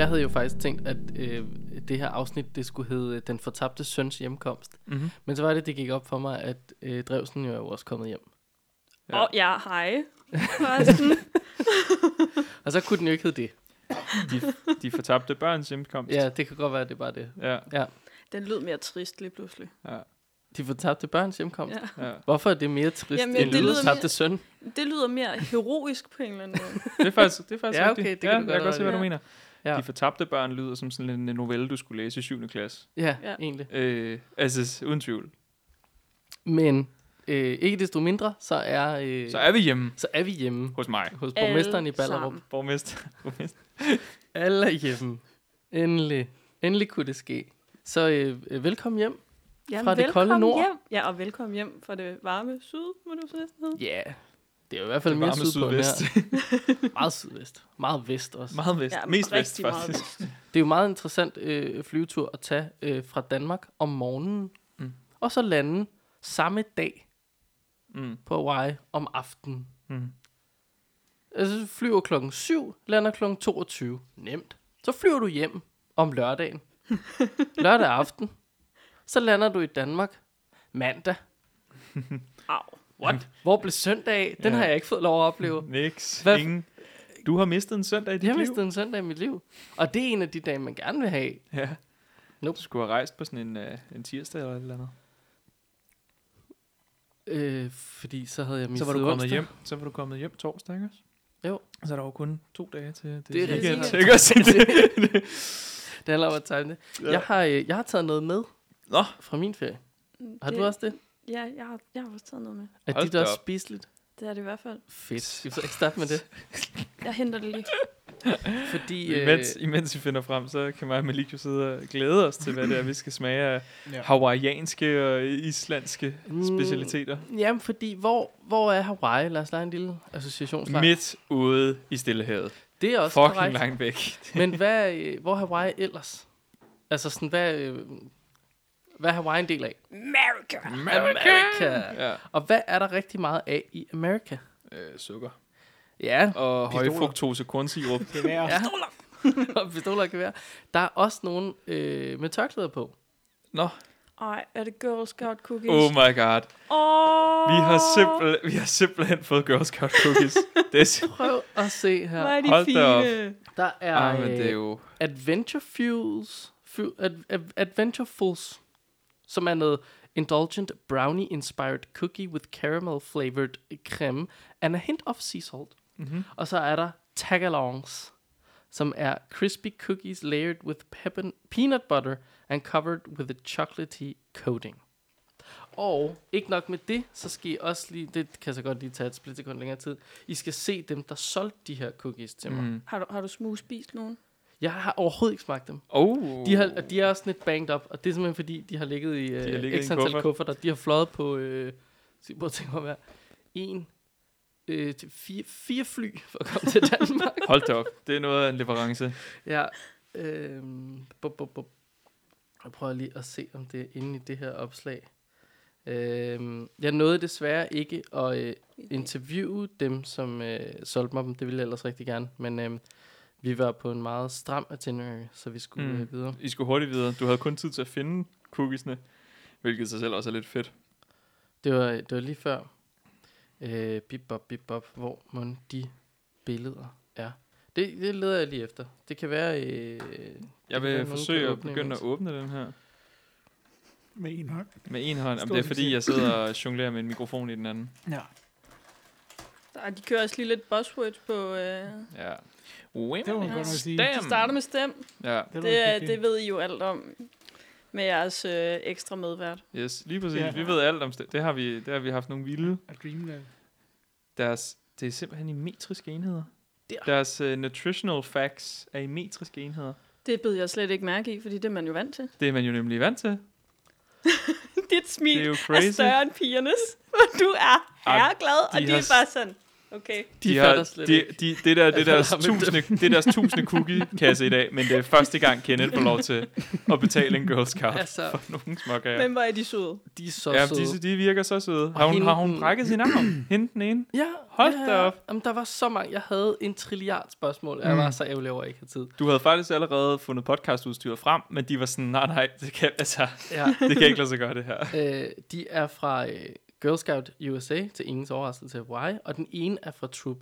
Jeg havde jo faktisk tænkt, at det her afsnit, det skulle hedde Den fortabte søns hjemkomst. Mm-hmm. Men så var det gik op for mig, at Drewsen jo er også kommet hjem. Ja. Hej. Og så kunne den jo ikke hedde det. De fortabte børns hjemkomst. Ja, det kan godt være, at det er bare det. Ja. Den lød mere trist lige pludselig. Ja. De fortabte børns hjemkomst. Ja. Hvorfor er det mere trist Jamen, end det den lyder fortabte mere- søn? Det lyder mere heroisk på en eller anden måde. Det er faktisk Ja, okay, rigtigt. det kan du jeg godt kan godt se, hvad være, du mener. Ja. De fortabte børn lyder som sådan en novelle, du skulle læse i 7. klasse. Ja, Ja. egentlig. Altså, uden tvivl. Men ikke desto mindre, så er Så er vi hjemme vi hjemme hos mig. hos borgmesteren i Ballerup. sammen. Borgmester. Alle er hjemme. Endelig kunne det ske. Så velkommen hjem. Jamen, Fra det kolde nord. Hjem. Ja, og velkommen hjem fra det varme syd, må du så næsten hedde. Ja, det er jo i hvert fald Det mere varme sydpå end sydvest. her. Meget sydvest. Meget vest også. Meget vest. Ja, Mest vest, rigtig meget faktisk. Det er jo meget interessant flyvetur at tage fra Danmark om morgenen. Mm. Og så lande samme dag Mm. på Hawaii om aftenen. Mm. Altså flyver klokken 7, lander klokken 22. Nemt. Så flyver du hjem om lørdagen. Lørdag aften. Så lander du i Danmark mandag. Au. What? Hvor blev søndag af? Den Ja. har jeg ikke fået lov at opleve. Niks. Hvad- Ingen. Du har mistet en søndag i dit Jeg har liv. mistet en søndag i mit liv. Og det er en af de dage, man gerne vil have. Ja. Nope. Du skulle have rejst på sådan en tirsdag eller et eller andet. Fordi så havde jeg mistet Så var du kommet onsdag. hjem. Så var du kommet hjem torsdag, ikke også? Jo. Så er der jo kun 2 dage til det. Det er rigtigt. weekend, ikke også? Det handler om at time det. Ja. Jeg har taget noget med Nå. fra min ferie. Har du også det? Ja, jeg har også taget noget med. Er Hold dit da også op. spiseligt? Det er det i hvert fald. Fedt. Skal vi så ikke starte med det? Jeg henter det lige. Fordi Imens vi finder frem, så kan mig og Malik jo sidde og glæde os til, hvad det er, vi skal smage af hawaiianske og islandske specialiteter. Jamen, fordi hvor er Hawaii? Lad os lege en lille associationslejr. Midt ude i Stillehavet. Det er også Fucking korrekt. langt væk. Men hvor er Hawaii ellers? Altså sådan, hvad er Hawaii en del af? America! Ja. Og hvad er der rigtig meget af i Amerika? Sukker. Ja, Og Pistoler. højfruktose kornsirup. Det er ja. Og pistoler kan være. Der er også nogen med tørklæder på. Nå. Ej, er det Girl Scout cookies? Oh my god. Vi har simpelthen fået Girl Scout cookies. Det er Prøv at se her. Hvor er de Hold da op. fine. Der er, men det er jo... Adventurefuls, som er noget indulgent brownie-inspired cookie with caramel-flavored creme and a hint of sea salt. Mm-hmm. Og så er der tagalongs, som er crispy cookies layered with peanut butter and covered with a chocolatey coating. Og ikke nok med det, så skal I også lige, det kan så godt lige tage et splitsekund længere tid, I skal se dem, der solgte de her cookies til mig. Mm. Har du smugspist nogen? Jeg har overhovedet ikke smagt dem. Oh. De er også lidt banged up, og det er simpelthen fordi, de har ligget i har ligget i x en antal kuffert. kufferter. De har fløjet på, prøv at tænke mig, 4 fly for at komme til Danmark. Hold da op. Det er noget af en leverance. Ja. Jeg prøver lige at se, om det er inde i det her opslag. Jeg nåede desværre ikke at interviewe dem, som solgte mig dem. Det ville jeg ellers rigtig gerne. Men vi var på en meget stram itinerary, så vi skulle videre. I skulle hurtigt videre. Du havde kun tid til at finde cookiesne, hvilket sig selv også er lidt fedt. Det var lige før. Bip bop, hvor mon de billeder er. Det leder jeg lige efter. Det kan være... Jeg vil forsøge at begynde at åbne den her med en hånd. med en hånd. Stor Det er fordi, succes. jeg sidder og jonglerer med en mikrofon i den anden. Ja. De kører også lige lidt buzzwords på... Ja. Det må man godt nok sige. De starter med stem. Ja, Det ved I jo alt om med jeres ekstra medvært. yes, lige præcis. Ja. Vi ved alt om det har vi haft nogle vilde. A Dreamland. Det er simpelthen i metriske enheder. Der. Deres nutritional facts er i metriske enheder. Det bed jeg slet ikke mærke i, fordi det er man jo vant til. Det er man jo nemlig vant til. Dit smil Det er jo er crazy. større end pigernes. Du er herreglad, og de de har er bare sådan... Okay. De fatter slet ikke. Det er deres 1000 cookie-kasse i dag, men det er første gang, Kenneth får lov til at betale en Girl Scout for nogle småkager. Men hvor er de søde? De er så søde. De virker så søde. Har hun brækket sin arm? Hende den ene? Ja. Hold da op. Jamen, der var så mange. Jeg havde en trilliard spørgsmål. Jeg var så ærgerlig over, at jeg ikke havde tid. Du havde faktisk allerede fundet podcastudstyr frem, men de var sådan, nej, det kan ikke lade sig gøre det her. De er fra Girl Scout USA, til ingens overraskelse af Hawaii, og den ene er fra Troop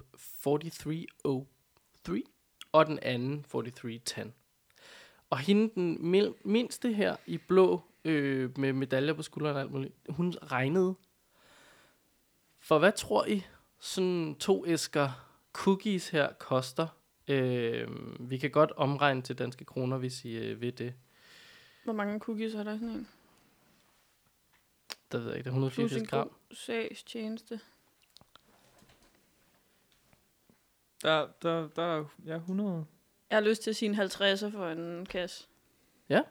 4303, og den anden 4310. Og hende, den mindste her i blå, med medaljer på skulderen og alt muligt, hun regnede. For hvad tror I, sådan 2 æsker cookies her koster? Vi kan godt omregne til danske kroner, hvis I ved det. Hvor mange cookies er der sådan en? Der ved jeg ikke, det er 184 gram. Sagstjeneste. Der er 100. Jeg har lyst til at sige en 50'er for en kasse. Ja.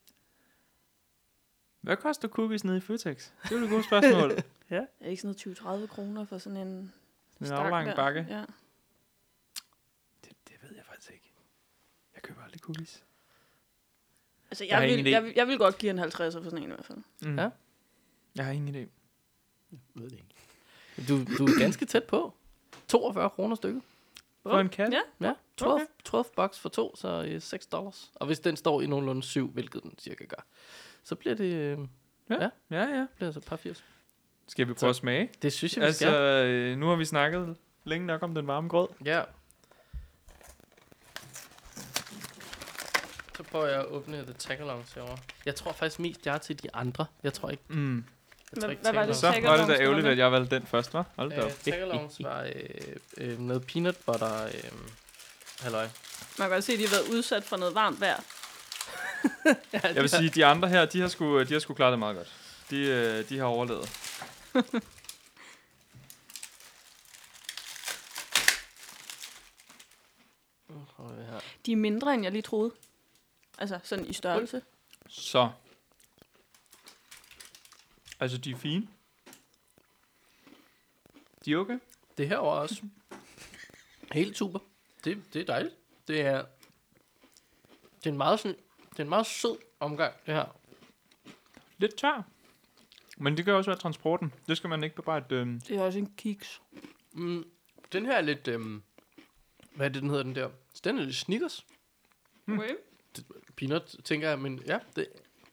Hvad koster cookies nede i Føtex? Det er jo et godt spørgsmål. Ja. Er ikke sådan noget 20-30 kroner for sådan en aflang bakke? Ja. Det ved jeg faktisk ikke. Jeg køber aldrig cookies. Altså, jeg vil godt give en 50'er for sådan en i hvert fald. Mm. Ja. Jeg har ingen idé. Jeg ved det ikke. Du er ganske tæt på. 42 kroner stykket. For en kat? Ja. Ja, 12 bucks for 2, så $6. Og hvis den står i nogenlunde 7, hvilket den cirka gør, så bliver det... Ja. bliver altså par 80. Skal vi prøve at smage? Det synes jeg, vi skal. Nu har vi snakket længe nok om den varme grød. Ja. Så prøver jeg at åbne The Tagalongs herovre. Jeg tror faktisk mest, jeg er til de andre. Jeg tror ikke... Hvad var det? Så var det da ærgerligt, at jeg valgte den først, hva'? Hold da op. Tagalongs var noget peanut butter... halløj. Man kan godt se, at de har været udsat for noget varmt vejr. Jeg vil sige, de andre her, de har sgu klaret det meget godt. De har overlevet. De er mindre, end jeg lige troede. Altså, sådan i størrelse. Så. Altså, de er fine. De er okay. Det her var også helt super. Det er dejligt. Det er en meget sød omgang, det her. Lidt tør. Men det kan også være transporten. Det skal man ikke bebrejde. Det er også en kiks. Den her er lidt... hvad er det, den hedder, den der? Den er lidt Snickers. Okay. Peanut, tænker jeg, men ja, det...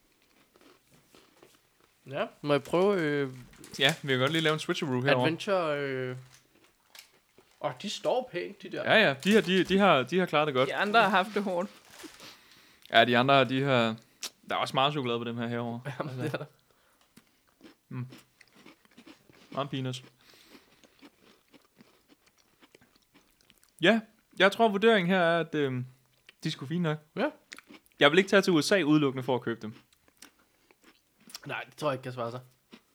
Ja, må jeg prøve... Ja, vi kan godt lige lave en switcheroo herovre. Adventure... de står pænt, de der. Ja, de har klaret det godt. De andre har haft det hårdt. Ja, de andre, de har... Der er også meget chokolade på dem her herovre. Jamen, det er der. Meget peanuts. Ja, jeg tror vurderingen her er, at de er sgu fine nok. Ja. Jeg vil ikke tage til USA udelukkende for at købe dem. Nej, det tror jeg ikke kan svare sig.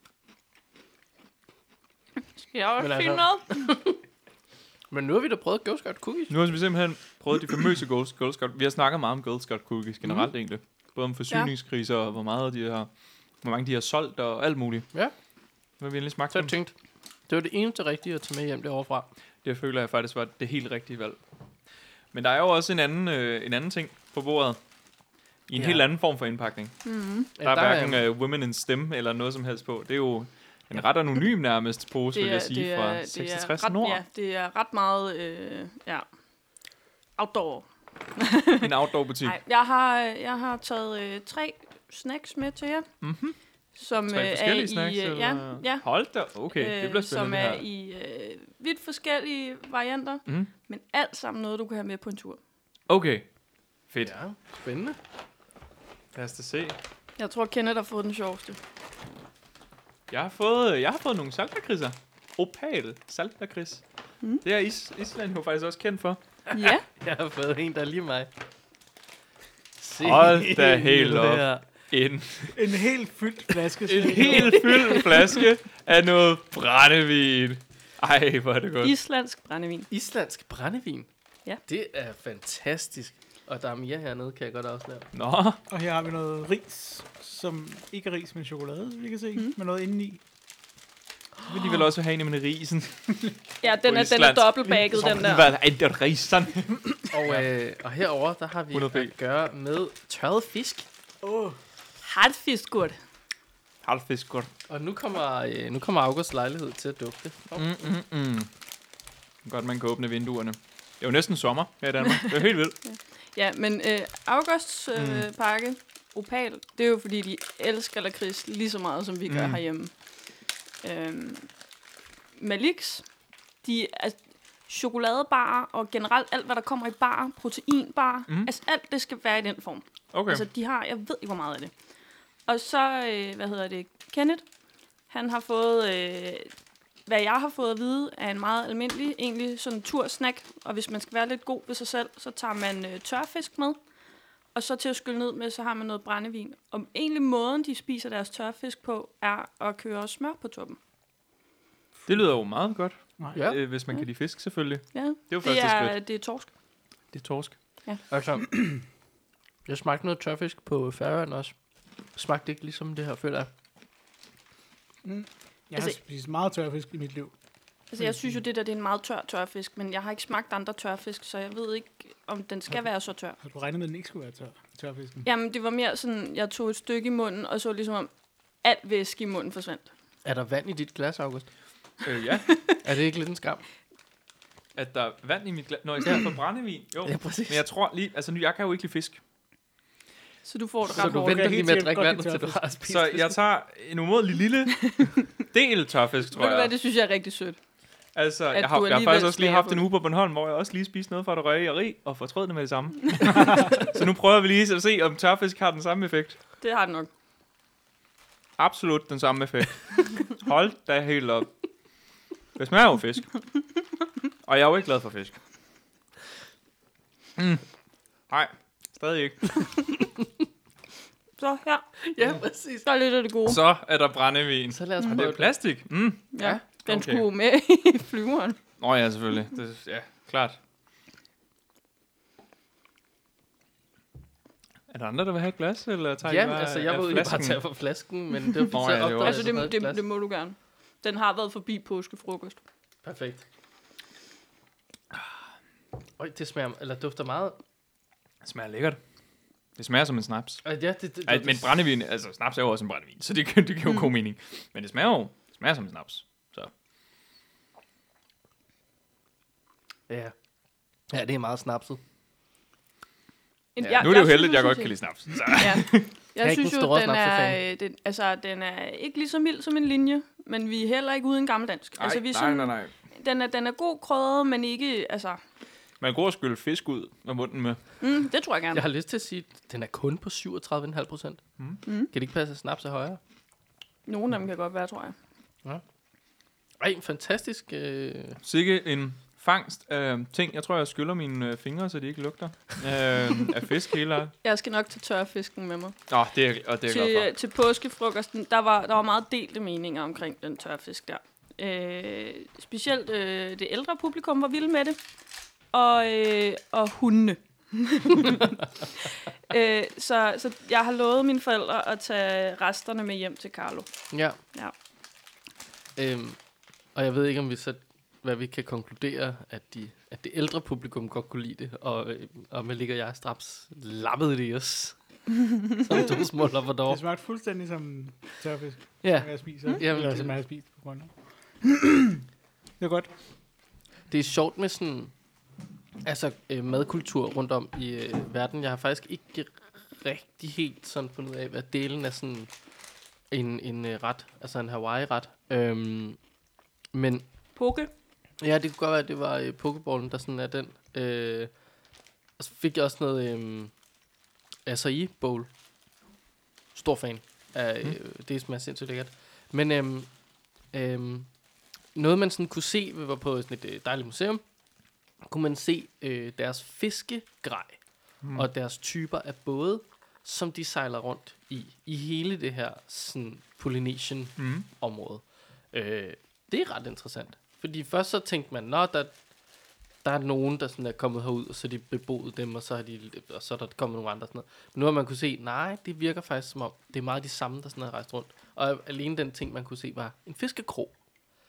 Skal jeg også Men sige altså- noget? Men nu har vi da prøvet Girl Scout cookies. Nu har vi simpelthen prøvet de famøse Girl Scout. Vi har snakket meget om Girl Scout cookies generelt egentlig. Både om forsyningskriser og hvor mange de har solgt og alt muligt. Ja. Nu har vi endelig smagt Så dem. jeg tænkte, det var det eneste rigtige at tage med hjem derovre fra. Det føler jeg faktisk var det helt rigtige valg. Men der er jo også en anden ting på bordet. I en helt anden form for indpakning. Der er hverken Women in STEM eller noget som helst på. Det er jo en ret anonym nærmest pose, vil jeg sige, fra 66 Nord. Ja, det er ret meget outdoor. En outdoor-butik. Nej, jeg har taget 3 snacks med til jer. Mhm. Som 3 forskellige snacks? ja. Hold da, okay, det bliver spændende som det er her. i vidt forskellige varianter, men alt sammen noget, du kan have med på en tur. Okay, fedt. Ja, spændende. Lad os da se. Jeg tror, Kenneth har fået den sjoveste. Jeg har fået nogle saltlakridser. Opal saltlakrids. Det er Island jo faktisk også kendt for. Ja. Jeg har fået en, der er lige mig. Se Hold da helt det op. her. En helt fyldt flaske. En helt fyldt flaske af noget brændevin. Ej, hvor er det godt. Islandsk brændevin. Islandsk brændevin. Ja. Det er fantastisk. Og der er mere hernede, kan jeg godt afsløre. Nå. Og her har vi noget ris, som ikke er ris, men chokolade, vi kan se, med noget indeni. Det vil de vel også have en med risen. Ja, den er dobbeltbagget, den der. Ej, det er risen. Og herover der har vi 100p. at gøre med tørret fisk. Hardfisk godt. Halvfisk godt. Og nu kommer Augusts lejlighed til at dufte. Godt, man kan åbne vinduerne. Det er jo næsten sommer her i Danmark. Det er helt vildt. Ja, men Augusts pakke, Opal, det er jo fordi, de elsker lakrids lige så meget, som vi gør herhjemme. Maliks, de er chokoladebarer og generelt alt, hvad der kommer i bar, proteinbar, altså alt det skal være i den form. Okay. Altså de har, jeg ved ikke, hvor meget af det. Og så, Kenneth, han har fået, hvad jeg har fået at vide, er en meget almindelig, egentlig sådan tursnack. Og hvis man skal være lidt god ved sig selv, så tager man tørfisk med. Og så til at skylle ned med, så har man noget brændevin. Og egentlig måden, de spiser deres tørfisk på, er at køre smør på toppen. Det lyder jo meget godt, Ja. hvis man kan lide fisk, selvfølgelig. Ja, Det er jo faktisk skridt. det er torsk. Det er torsk. Altså, jeg smagte noget tørfisk på Færøerne også. Smagte ikke ligesom det her, føler jeg. Jeg har spist meget tørfisk i mit liv. Altså, jeg synes jo, det er en meget tørfisk, men jeg har ikke smagt andre tørfisk, så jeg ved ikke, om den skal være så tør. Har du regnet med, at den ikke skulle være tørfisken? Jamen, det var mere sådan, jeg tog et stykke i munden, og så ligesom om alt væske i munden forsvandt. Er der vand i dit glas, August? Ja, Er det ikke lidt en skam? at der er vand i mit glas. Når i stedet for brændevin. Jo, Ja, præcis. men jeg tror lige, altså jeg kan jo ikke lide fisk. Så du får det Så ret du hårdt. venter lige med at helt drikke sikkert vandet, godt til du lide har spist Så fisken. jeg tager en umådelig lille del tørfisk, tror Ved du hvad, jeg. det synes jeg er rigtig sødt. Altså, at jeg du har alligevel faktisk også lige smager haft på en det. uge på Bornholm, hvor jeg også lige spiste noget fra det røgeri og fortrød det med det samme. Så nu prøver vi lige at se, om tørfisk har den samme effekt. Det har det nok. Absolut den samme effekt. Hold da helt op. Det smager jo fisk. Og jeg er jo ikke glad for fisk. Nej, stadig ikke. Så her, Ja, præcis. der er lidt af det gode. Så er der brændevin. Så lad os Og det prøve er plastik. Ja, den okay. skulle med i flyveren. Nå ja, selvfølgelig. Ja, klart. Er der andre, der vil have et glas? Eller tager I Ja, bare altså jeg af var ude bare flasken? tage for flasken, men det var Nå ja, det var Altså, opdaget, det må du gerne. Den har været forbi påskefrokost. Perfekt. Øj, det smager, eller dufter meget. Det smager lækkert. Det smager som en snaps. Ja, det Ej, men brændevin, altså snaps er jo også en brændevin, så det giver jo god mening. Men det smager som en snaps. Så. Ja. Ja, det er meget snapset. Ja, nu er det jo heldigt, at jeg godt kan lide snaps. Så. Ja. Jeg ikke synes den jo, store den er, snapsefan. den er ikke lige så mild som en linje, men vi er heller ikke uden gammeldansk. Ej, Altså, vi er nej, sådan, nej. Den er god krydret, men ikke, altså... Man går og skylle fisk ud af munden med. det tror jeg gerne. Jeg har lyst til at sige, at den er kun på 37,5%. Kan det ikke passe, at snaps er højere? Nogle af dem kan godt være, tror jeg. Ej, en fantastisk... Sikke en fangst af ting. Jeg tror, jeg skyller mine fingre, så de ikke lugter af fisk hele. Jeg skal nok tage tørfisken med mig. Nå, det er jeg glad for. Til påskefrokosten, der var meget delte meninger omkring den tørfisk der. Specielt det ældre publikum var vilde med det. Og hundene. Så jeg har lovet mine forældre at tage resterne med hjem til Carlo. Ja. Ja. Og jeg ved ikke, om vi så, hvad vi kan konkludere, at det ældre publikum godt kunne lide det, og med ligger jeg straps lappede det i os. Som to små labrador. Det smagte fuldstændig som tørfisk, Ja, som jeg spiser. Jamen, Eller som jeg har spist på Grønland. Det er godt. det er sjovt med sådan, altså madkultur rundt om i verden. Jeg har faktisk ikke rigtig helt sådan fundet ud af, hvad delen er sådan en ret, altså en Hawaii-ret. Men Poke. ja, det kunne godt være, at det var pokeballen, der sådan er den. Og så fik jeg også noget acai bowl. Stor fan af det smager sindssygt lækkert. Men noget man sådan kunne se, vi var på sådan et dejligt museum, kunne man se deres fiskegrej og deres typer af både, som de sejler rundt i hele det her sådan Polynesian område. Det er ret interessant. Fordi først så tænkte man, der er nogen, der sådan er kommet herud, og så har de beboet dem, og så er der kommet nogle andre. Sådan noget. Men nu har man kunne se, nej, det virker faktisk som om, det er meget de samme, der sådan har rejst rundt. Og alene den ting, man kunne se, var en fiskekrog.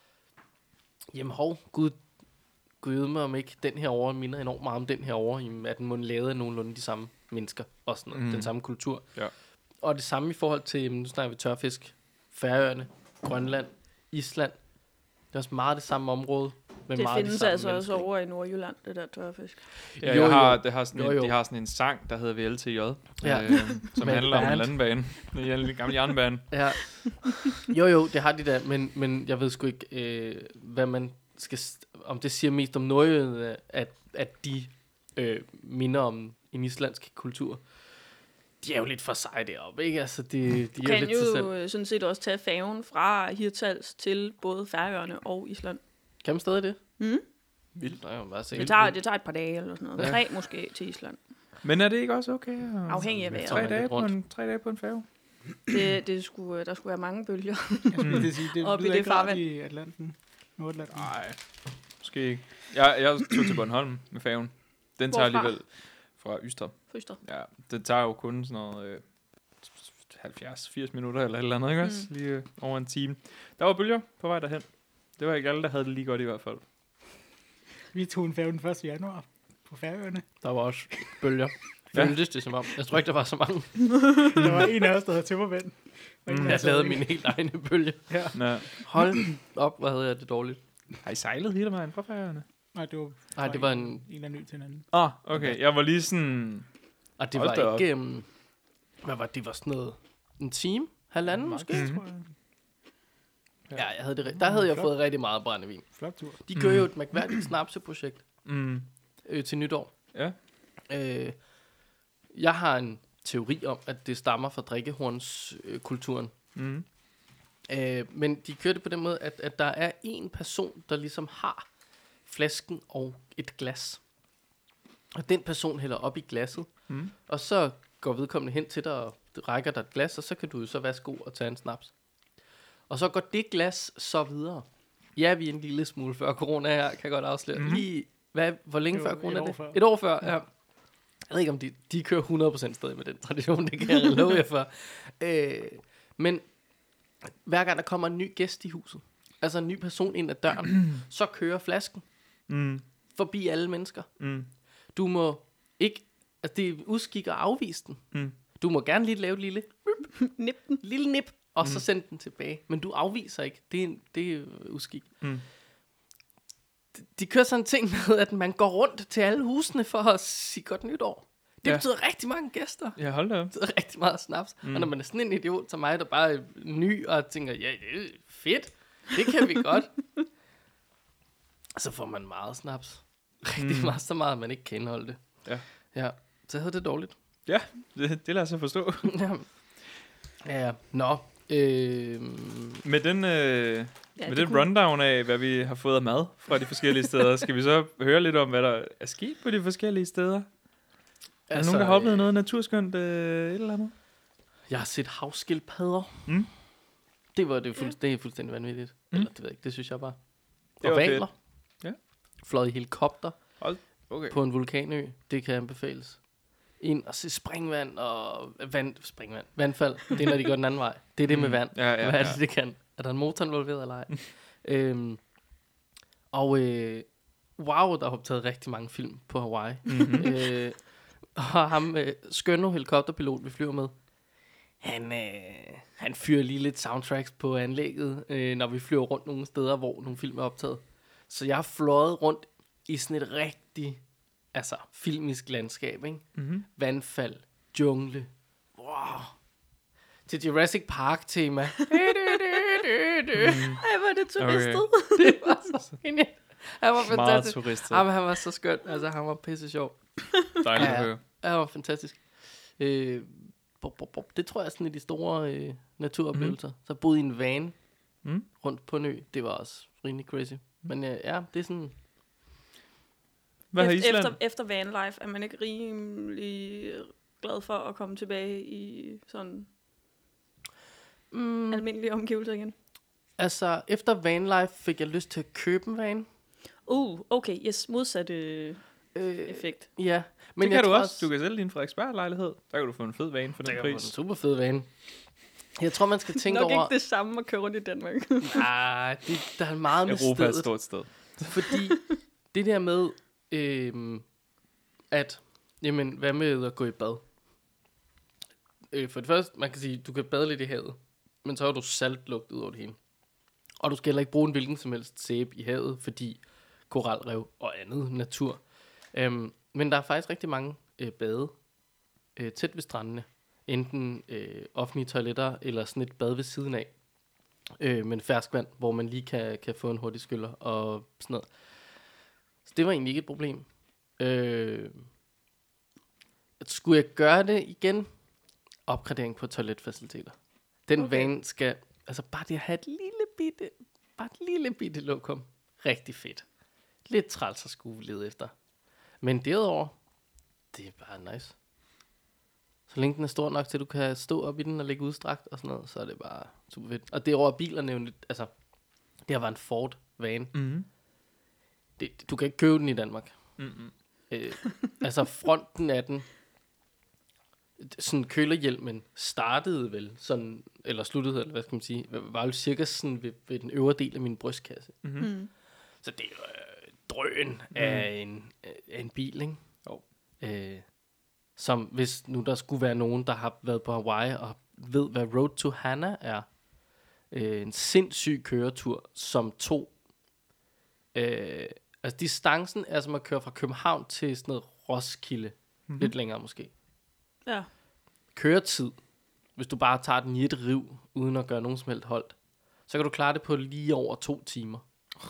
Jamen Gud mig om ikke den her over minder enormt meget om den her over, at den må lave nogenlunde de samme mennesker, og sådan noget, den samme kultur. Ja. Og det samme i forhold til, nu snakker vi tørfisk, Færøerne, Grønland, Island. Det er også meget det samme område. Men Det meget findes de altså samme også over i Nordjylland, det der tørfisk. Ja, Jo, de har sådan en sang, der hedder VLTJ, Ja. som Med handler om band. en landbane. Det er en gammel jernbane. Ja. Jo, det har de da, men jeg ved sgu ikke, hvad man skal... Om det siger mest om Nordjylland, at de minder om en islandsk kultur. De er jo lidt for sig deroppe, ikke? Altså, de er Du jo kan lidt til selv. jo sådan set også tage færgen fra Hirtshals til både Færøerne og Island. Kan man stadig det? Mm. Vildt. Nej, bare se. Det tager et par dage eller sådan noget. Ja. 3 måske til Island. Men er det ikke også okay? Afhængig af vejret. 3 dage på en færge? Der skulle være mange bølger. Jeg skulle lige sige, det Op i lyder det ikke rart farvand. i Atlanten. Nordatlanten. Nej, måske ikke. Jeg tog til Bornholm med færgen. Den tager Hvorfra? alligevel fra Ystad. Fryster. Ja, den tager jo kun sådan noget 70-80 minutter eller et eller andet, ikke også? Lige over en time. Der var bølger på vej derhen. Det var ikke alle, der havde det lige godt i hvert fald. Vi tog en færge den 1. januar på Færøerne. Der var også bølger. Ja. Føltes det som om. Jeg tror ikke, der var så mange. Der var en af os, der havde tømmermænd. Jeg lavede mine helt egne bølger. Ja. Hold op, hvad havde jeg det dårligt. Har I sejlet hele vejen fra Færøerne? Nej, det var, Nej, det var en... en af ny til en anden. Okay. Jeg var lige sådan... Og det Hold da var op. ikke... hvad var det? Det var sådan noget... En time? Halvanden måske? Tror jeg. Ja, jeg havde det, der havde jeg Flot. fået rigtig meget brændevin. Flot tur. De kører jo et mærkværdigt snapseprojekt Mm. til nytår. Ja. Jeg har en teori om, at det stammer fra drikkehornskulturen. Mm. Men de kører det på den måde, at der er en person, der ligesom har flasken og et glas. Og den person hælder op i glasset. Mm. Og så går vedkommende hen til dig og rækker dig et glas, og så kan du jo så værsgo og tage en snaps. Og så går det glas så videre. Ja, vi er en lille smule før corona her, kan jeg godt afsløre. Mhm. Lige, hvor længe Det før var corona et er år det? før. Et år før, ja. Jeg ved ikke, om de kører 100% stadig med den tradition, det kan jeg love jer for. Men hver gang der kommer en ny gæst i huset, altså en ny person ind ad døren, så kører flasken Mm. forbi alle mennesker. Mm. Du må ikke, altså det er uskik at afvise den. Mm. Du må gerne lige lave et Nip den. lille nip, og så sende den tilbage. Men du afviser ikke. Det er uskik. Mm. De kører sådan en ting med, at man går rundt til alle husene for at sige godt nytår. Det Ja. betyder rigtig mange gæster. Ja, hold da op. Det betyder rigtig meget snaps. Og når man er sådan en idiot som mig, der bare er ny og tænker, ja, det er fedt. Det kan vi godt. Så får man meget snaps. Rigtig meget, så meget, at man ikke kan indholde det. Ja, så jeg havde det dårligt. Ja, det lader sig forstå. Ja. Nå. Med den, med den rundown af, hvad vi har fået af mad fra de forskellige steder, skal vi så høre lidt om, hvad der er sket på de forskellige steder? Er der nogen, der har oplevet noget naturskønt et eller andet? Jeg har set havskildpadder. Mm. Det er fuldstændig vanvittigt. Eller det ved jeg ikke, det synes jeg bare. Det Og var valer. fedt. Ja. Fløjet i helikopter Okay. på en vulkanø. Det kan anbefales. Ind og se springvand og vandfald. Det er, når de går den anden vej. Det er det med vand. Ja, Hvad er det, det kan? Er der en motor involveret eller ej? Wow, der har optaget rigtig mange film på Hawaii. Mm-hmm. Og ham, skønne helikopterpilot, vi flyver med, han fyrer lige lidt soundtracks på anlægget, når vi flyver rundt nogle steder, hvor nogle film er optaget. Så jeg har fløjet rundt i sådan et rigtig, filmisk landskab, ikke? Mm-hmm. Vandfald, jungle, wow. Til Jurassic Park-tema. Ej, hvor er det turistet. Det var så genialt. Han var Meget fantastisk. turistet. Han var så skøn. Altså, han var pisse sjov. Dejligt at Ja. høre. Han var fantastisk. Det tror jeg er sådan en af de store naturoplevelser. Så jeg boede i en van rundt på en ø. Det var også rimelig crazy. Men ja, det er sådan... Hvad har Island? Efter vanlife er man ikke rimelig glad for at komme tilbage i sådan almindelige omgivelser igen. Altså, efter vanlife fik jeg lyst til at købe en van. Okay, yes, modsatte effekt. Ja. Men det jeg kan du tror også. Du kan sælge din Frederiksberg-lejlighed. Der kan du få en fed vane for den Det var en pris. super fed van. Jeg tror, man skal tænke Nok over... ikke det samme at køre rundt i Danmark. Nej, der er meget med Europa er et stedet. stort sted. Fordi det der med, at, jamen, hvad med at gå i bad? For det første, man kan sige, du kan bade lidt i havet, men så har du saltlugt ud over det hele. Og du skal heller ikke bruge en hvilken som helst sæbe i havet, fordi koralrev og andet natur. Men der er faktisk rigtig mange bade tæt ved strandene. Enten offentlige toiletter, eller sådan et bad ved siden af. Men ferskvand, hvor man lige kan få en hurtig skyller og sådan noget. Så det var egentlig ikke et problem. Skulle jeg gøre det igen? Opgradering på toiletfaciliteter. Den vane skal, altså bare det at have et lille bitte lokum. Rigtig fedt. Lidt træls at skulle lede efter. Men derudover, det er bare nice. Så længe den er stor nok til, at du kan stå op i den og ligge udstrakt og sådan noget, så er det bare super fedt. Og derovre bilerne jo lidt, altså, det har været en Ford van. Mm-hmm. Du kan ikke købe den i Danmark. Mm-hmm. Altså fronten af den, sådan kølerhjelmen startede vel sådan, eller sluttede, eller hvad skal man sige, var jo cirka sådan ved den øvre del af min brystkasse. Mm-hmm. Så det er jo drøn af en bil, ikke? Jo. Som hvis nu der skulle være nogen, der har været på Hawaii og ved, hvad Road to Hana er. En sindssyg køretur, som tog... altså distancen er som at køre fra København til sådan noget Roskilde. Mm-hmm. Lidt længere måske. Ja. Køretid, hvis du bare tager den i et riv, uden at gøre nogen som helst holdt, så kan du klare det på lige over 2 timer.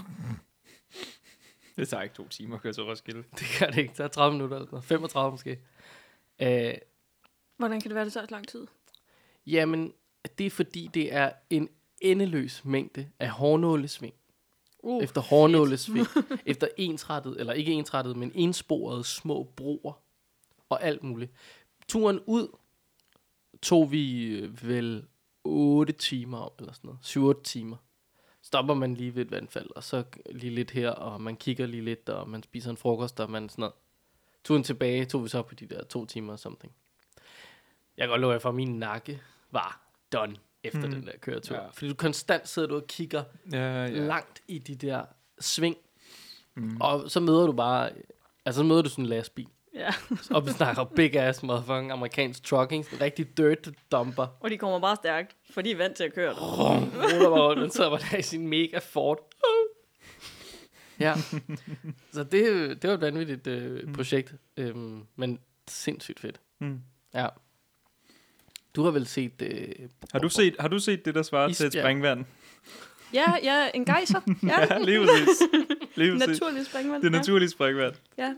Det tager ikke 2 timer at køre til Roskilde. Det gør det ikke. Det er 30 minutter eller noget. 35 måske. Hvordan kan det være, det så lang tid? Jamen, det er fordi, det er en endeløs mængde af hårnålesving. Efter hårnålesving. Efter ensrettet, eller ikke ensrettet, men ensporede små broer. Og alt muligt. Turen ud tog vi vel 8 timer om, eller sådan noget. 7-8 timer. Stopper man lige ved et vandfald, og så lige lidt her, og man kigger lige lidt, og man spiser en frokost, og man sådan noget. Turen tilbage tog vi så på de der 2 timer og something. Jeg kan godt love jer for, at min nakke var done efter den der køretur. Ja. Fordi du konstant sidder og kigger langt i de der sving, og så møder du bare, altså så møder du sådan en lastbil. Ja. Og vi snakker big ass motherfucking amerikansk trucking, en rigtig dirt dumper. Og de kommer bare stærkt, for de er vant til at køre. Ruller bare rundt, og sidder bare der i sin mega Ford. Ja, så det var et vanvittigt projekt, men sindssygt fedt. Ja. Du har vel set... Har du set det, der svarer til et springvand? Ja, en gejser. Ja, ja lige præcis. Naturlig springvand. Det er naturligt springvand. Ja,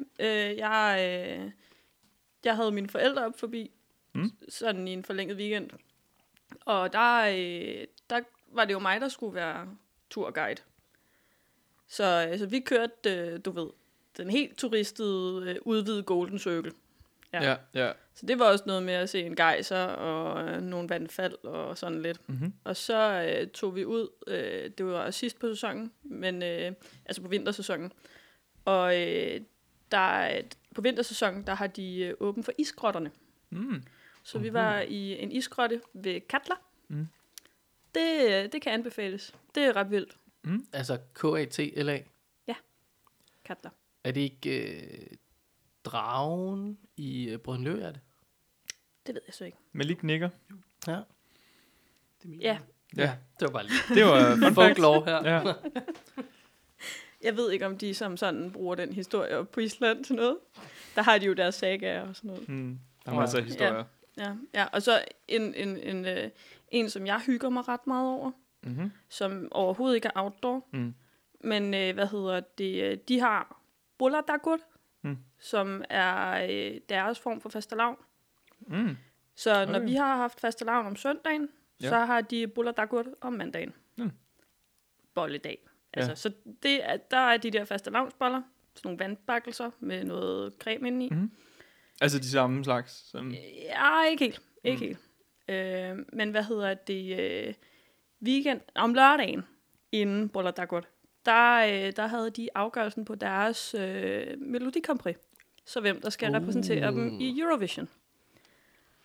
jeg havde mine forældre op forbi, sådan i en forlænget weekend. Og der var det jo mig, der skulle være turguide. Så vi kørte, du ved, den helt turistede, udvidede Golden Circle. Ja. Så det var også noget med at se en gejser og nogle vandfald og sådan lidt. Mm-hmm. Og så tog vi ud, det var sidst på sæsonen, men altså på vintersæsonen. Og på vintersæsonen, der har de åbent for isgrotterne. Så vi var i en isgrotte ved Katla. Det kan anbefales. Det er ret vildt. Altså K-A-T-L-A? Ja, Katla. Er det ikke Dragen i Brøndlø, er det? Det ved jeg så ikke. Malik nikker. Ja. Ja. Ja, det var bare lige. Det var fun fact. Folklore her. Ja. Jeg ved ikke, om de som sådan bruger den historie op på Island til noget. Der har de jo deres sagaer og sådan noget. Der er masser af historier. Ja. Og så en, som jeg hygger mig ret meget over, som overhovedet ikke er outdoor. Men de har Bulladagur, som er deres form for fastelavn. Så når vi har haft fastelavn om søndagen, så har de Bulladagur om mandagen. Bolledag. Altså, så der er de der fastelavnsboller, sådan nogle vandbakkelser med noget creme inde i. Altså de samme slags? Sådan. Ja, ikke helt. Men weekend, om lørdagen, inden Bulladagur, der havde de afgørelsen på deres Melodi Grand Prix. Så hvem der skal repræsentere dem i Eurovision.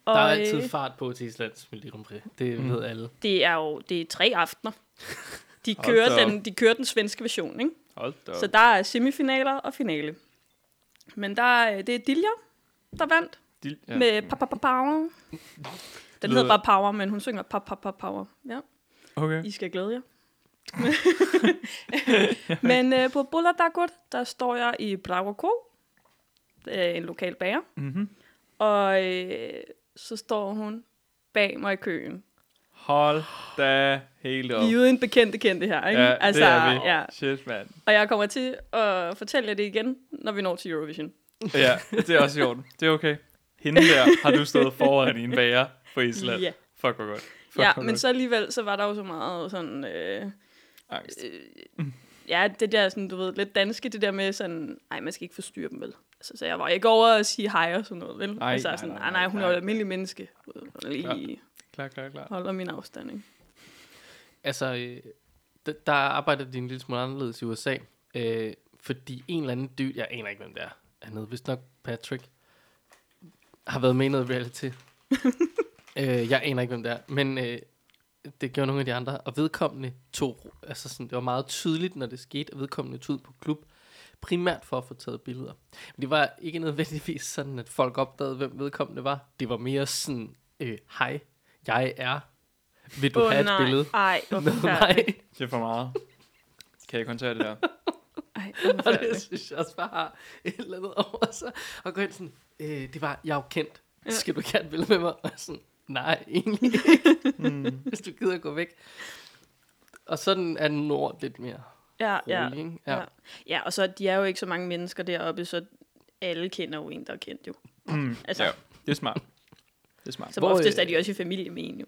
Der er altid fart på til Islands Melodi Grand Prix. Det ved alle. Det er 3 aftener. De kører den svenske version, ikke? Så der er semifinaler og finale. Men det er Dilja, der vandt. Med Power. Den hedder bare Power, men hun synger Power. Ja. Okay. I skal glæde jer. Men på Bolladagurt, der står jeg i Bravo. Det er en lokal bager. Mm-hmm. Og så står hun bag mig i køen. Hold da helt op. Vi er uden kendte her, ikke? Ja, altså, det er vi. Ja. Shit, man. Og jeg kommer til at fortælle jer det igen, når vi når til Eurovision. Ja, det er også i orden. Det er okay. Hende der har du stået foran i en bager på Island. Ja. Fuck, hvor godt. Men så alligevel, så var der jo så meget sådan... angst. Ja, det der sådan, du ved, lidt danske, det der med sådan... Nej, man skal ikke forstyrre dem, vel? Altså, så jeg var ikke over at sige hej og sådan noget, vel? Nej, nej, hun er jo et almindeligt menneske. Lige Klar. holder min afstand, ikke? Altså, der arbejder de en lille smule anderledes i USA. Fordi en eller anden dyr, jeg aner ikke, hvem det er. Han hedder vist nok Patrick. Har været med i noget reality. Jeg aner ikke, hvem det er. Men det gjorde nogle af de andre. Og vedkommende tog, altså sådan, det var meget tydeligt, når det skete, at vedkommende tog ud på klub. Primært for at få taget billeder. Men det var ikke nødvendigvis sådan, at folk opdagede, hvem vedkommende var. Det var mere sådan, hej, jeg er. Vil du have et billede? Ej, med mig? Det er for meget. Kan jeg kontakte det der? Ej, og det synes jeg også bare har et eller andet over sig. Og gå ind sådan, det var, jeg er jo kendt. Skal du ikke have et billede med mig? Og sådan, nej, egentlig ikke. Hvis du gider gå væk. Og sådan er Nord lidt mere rolig, ja, og så de er jo ikke så mange mennesker deroppe, så alle kender jo en, der er kendt jo. Altså, ja, det er smart. Som oftest er de også i familie med en jo.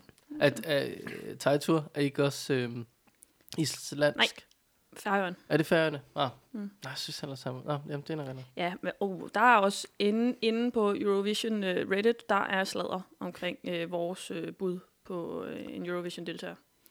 Tejtur er ikke også islandsk? Nej, Færøerne. Er det Færøerne? Nej, jeg synes han er sammen. Jamen, det er nok andet. Ja, men der er også inde på Eurovision Reddit, der er sladder omkring vores bud på en Eurovision-deltager.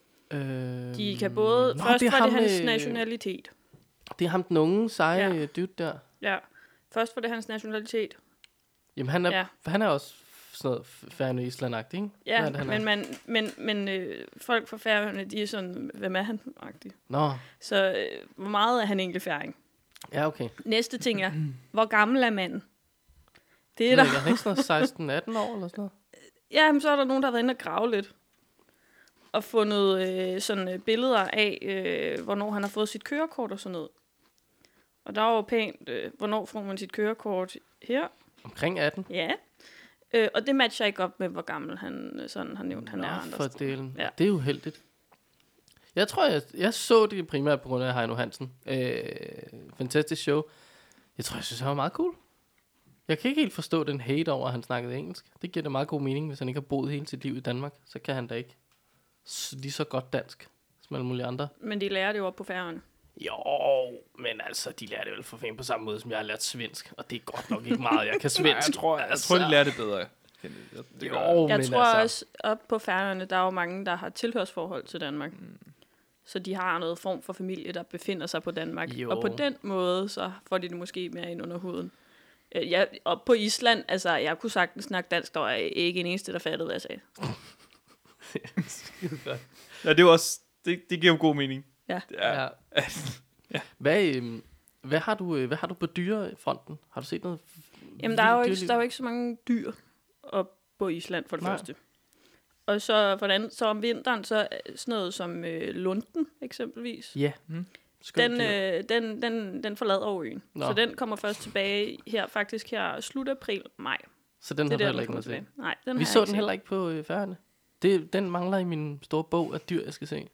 De kan både... Først var det hans nationalitet. Det er ham den unge, seje dude der. Ja, først var det hans nationalitet. Jamen, han er også sådan noget Færøerne Island-agtig, ikke? Ja, men folk fra Færøerne, de er sådan, hvem er han-agtig. Nå. Så hvor meget er han egentlig færing? Ja, okay. Næste ting er, hvor gammel er manden? Det er der. Er ikke sådan noget 16-18 år eller sådan noget? Ja, men så er der nogen, der har været inde og grave lidt. Og fundet sådan billeder af, hvornår han har fået sit kørekort og sådan noget. Og der er jo pænt, hvornår får man sit kørekort her? Omkring 18? Ja. Og det matcher ikke op med, hvor gammel han sådan har nævnt, han er andre steder. Ja. Det er jo heldigt. Jeg tror, jeg så det primært på grund af Heino Hansen. Fantastisk show. Jeg synes, han var meget cool. Jeg kan ikke helt forstå den hate over, at han snakkede engelsk. Det giver da meget god mening, hvis han ikke har boet hele sit liv i Danmark. Så kan han da ikke lige så godt dansk som alle mulige andre. Men de lærer det jo op på Færøerne. Jo, men altså, de lærer det vel for fanden på samme måde, som jeg har lært svensk. Og det er godt nok ikke meget, jeg kan svensk. Jeg tror, de lærer det bedre. Jeg tror også, op på Færøerne, der er jo mange, der har tilhørsforhold til Danmark. Så de har noget form for familie, der befinder sig på Danmark. Jo. Og på den måde, så får de det måske mere ind under huden. Og på Island, altså, jeg kunne sagtens snakke dansk, der var ikke en eneste, der fattede, hvad jeg sagde. Ja, det er også, det giver jo god mening. Ja. Ja. Hvad har du på dyrefronten? Har du set noget? Jamen, der er jo ikke så mange dyr op på Island for det første. Og så for det andet, så om vinteren, så sådan noget som lunden eksempelvis. Ja. Den forlader øen. Så den kommer først tilbage her slut april, maj. Så den har du heller ikke noget til? Nej, den Vi så den heller ikke på Færøerne. Den mangler i min store bog af dyr, jeg skal se.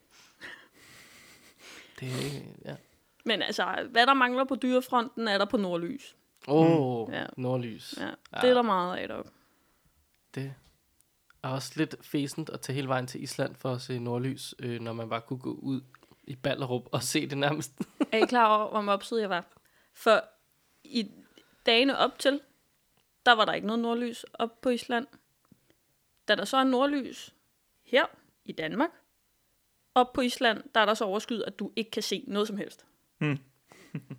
Ja. Men altså, hvad der mangler på dyrefronten, er der på nordlys. Nordlys. Ja, det er der meget af deroppe. Det er også lidt fæsent at tage hele vejen til Island for at se nordlys, når man bare kunne gå ud i Ballerup og se det nærmest. Er I klar over, hvor opside jeg var? For i dagene op til, der var der ikke noget nordlys op på Island. Da der så er nordlys her i Danmark, op på Island, der er der så overskyet, at du ikke kan se noget som helst.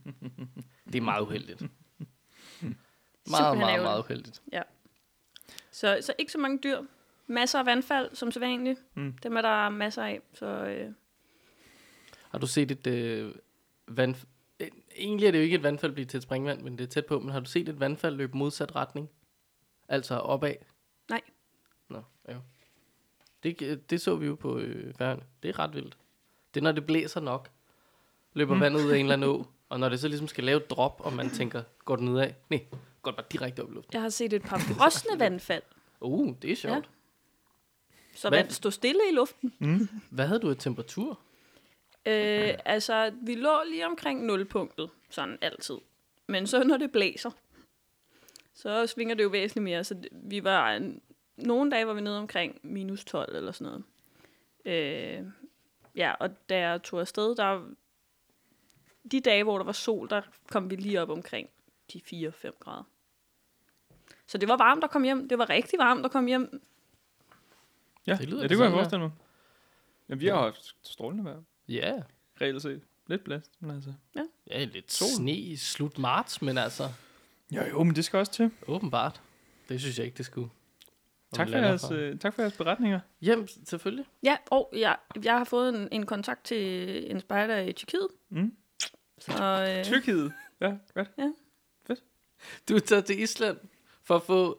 Det er meget uheldigt. Meget uheldigt. Ja. Så ikke så mange dyr. Masser af vandfald, som sædvanligt. Dem er der masser af. Så, Har du set et vandfald? Egentlig er det jo ikke et vandfald blive til et springvand, men det er tæt på. Men har du set et vandfald løbe modsat retning? Altså opad? Nej. Nå, ja. Det så vi jo på Færøerne. Det er ret vildt. Det er, når det blæser nok, løber vandet ud af en eller anden å. Og når det så ligesom skal lave et drop, og man tænker, går det nedad? Nej, går det bare direkte op i luften. jeg har set et par frosne vandfald. Det er sjovt. Ja. Så vand stod stille i luften. Hvad havde du af temperatur? Altså, vi lå lige omkring nulpunktet, sådan altid. Men så når det blæser, så svinger det jo væsentligt mere. Så vi var nogle dage var vi nede omkring minus 12 eller sådan noget. Ja, og da jeg tog afsted, de dage, hvor der var sol, der kom vi lige op omkring de 4-5 grader. Så det var varmt at komme hjem. Det var rigtig varmt at komme hjem. Ja, Det lyder det da kunne jeg sådan, forestille mig. Ja, vi har haft strålende vejr. Ja. Reelt set. Lidt blæst, men altså. Ja, lidt sne i slut marts, men altså, Jo, men det skal også til. åbenbart. Det synes jeg ikke, det skulle. Tak for jeres beretninger. Jamen, selvfølgelig. Ja, og jeg har fået en kontakt til en spejder i Tyrkiet. Så, Tyrkiet. Ja, godt. Du tager til Island for at få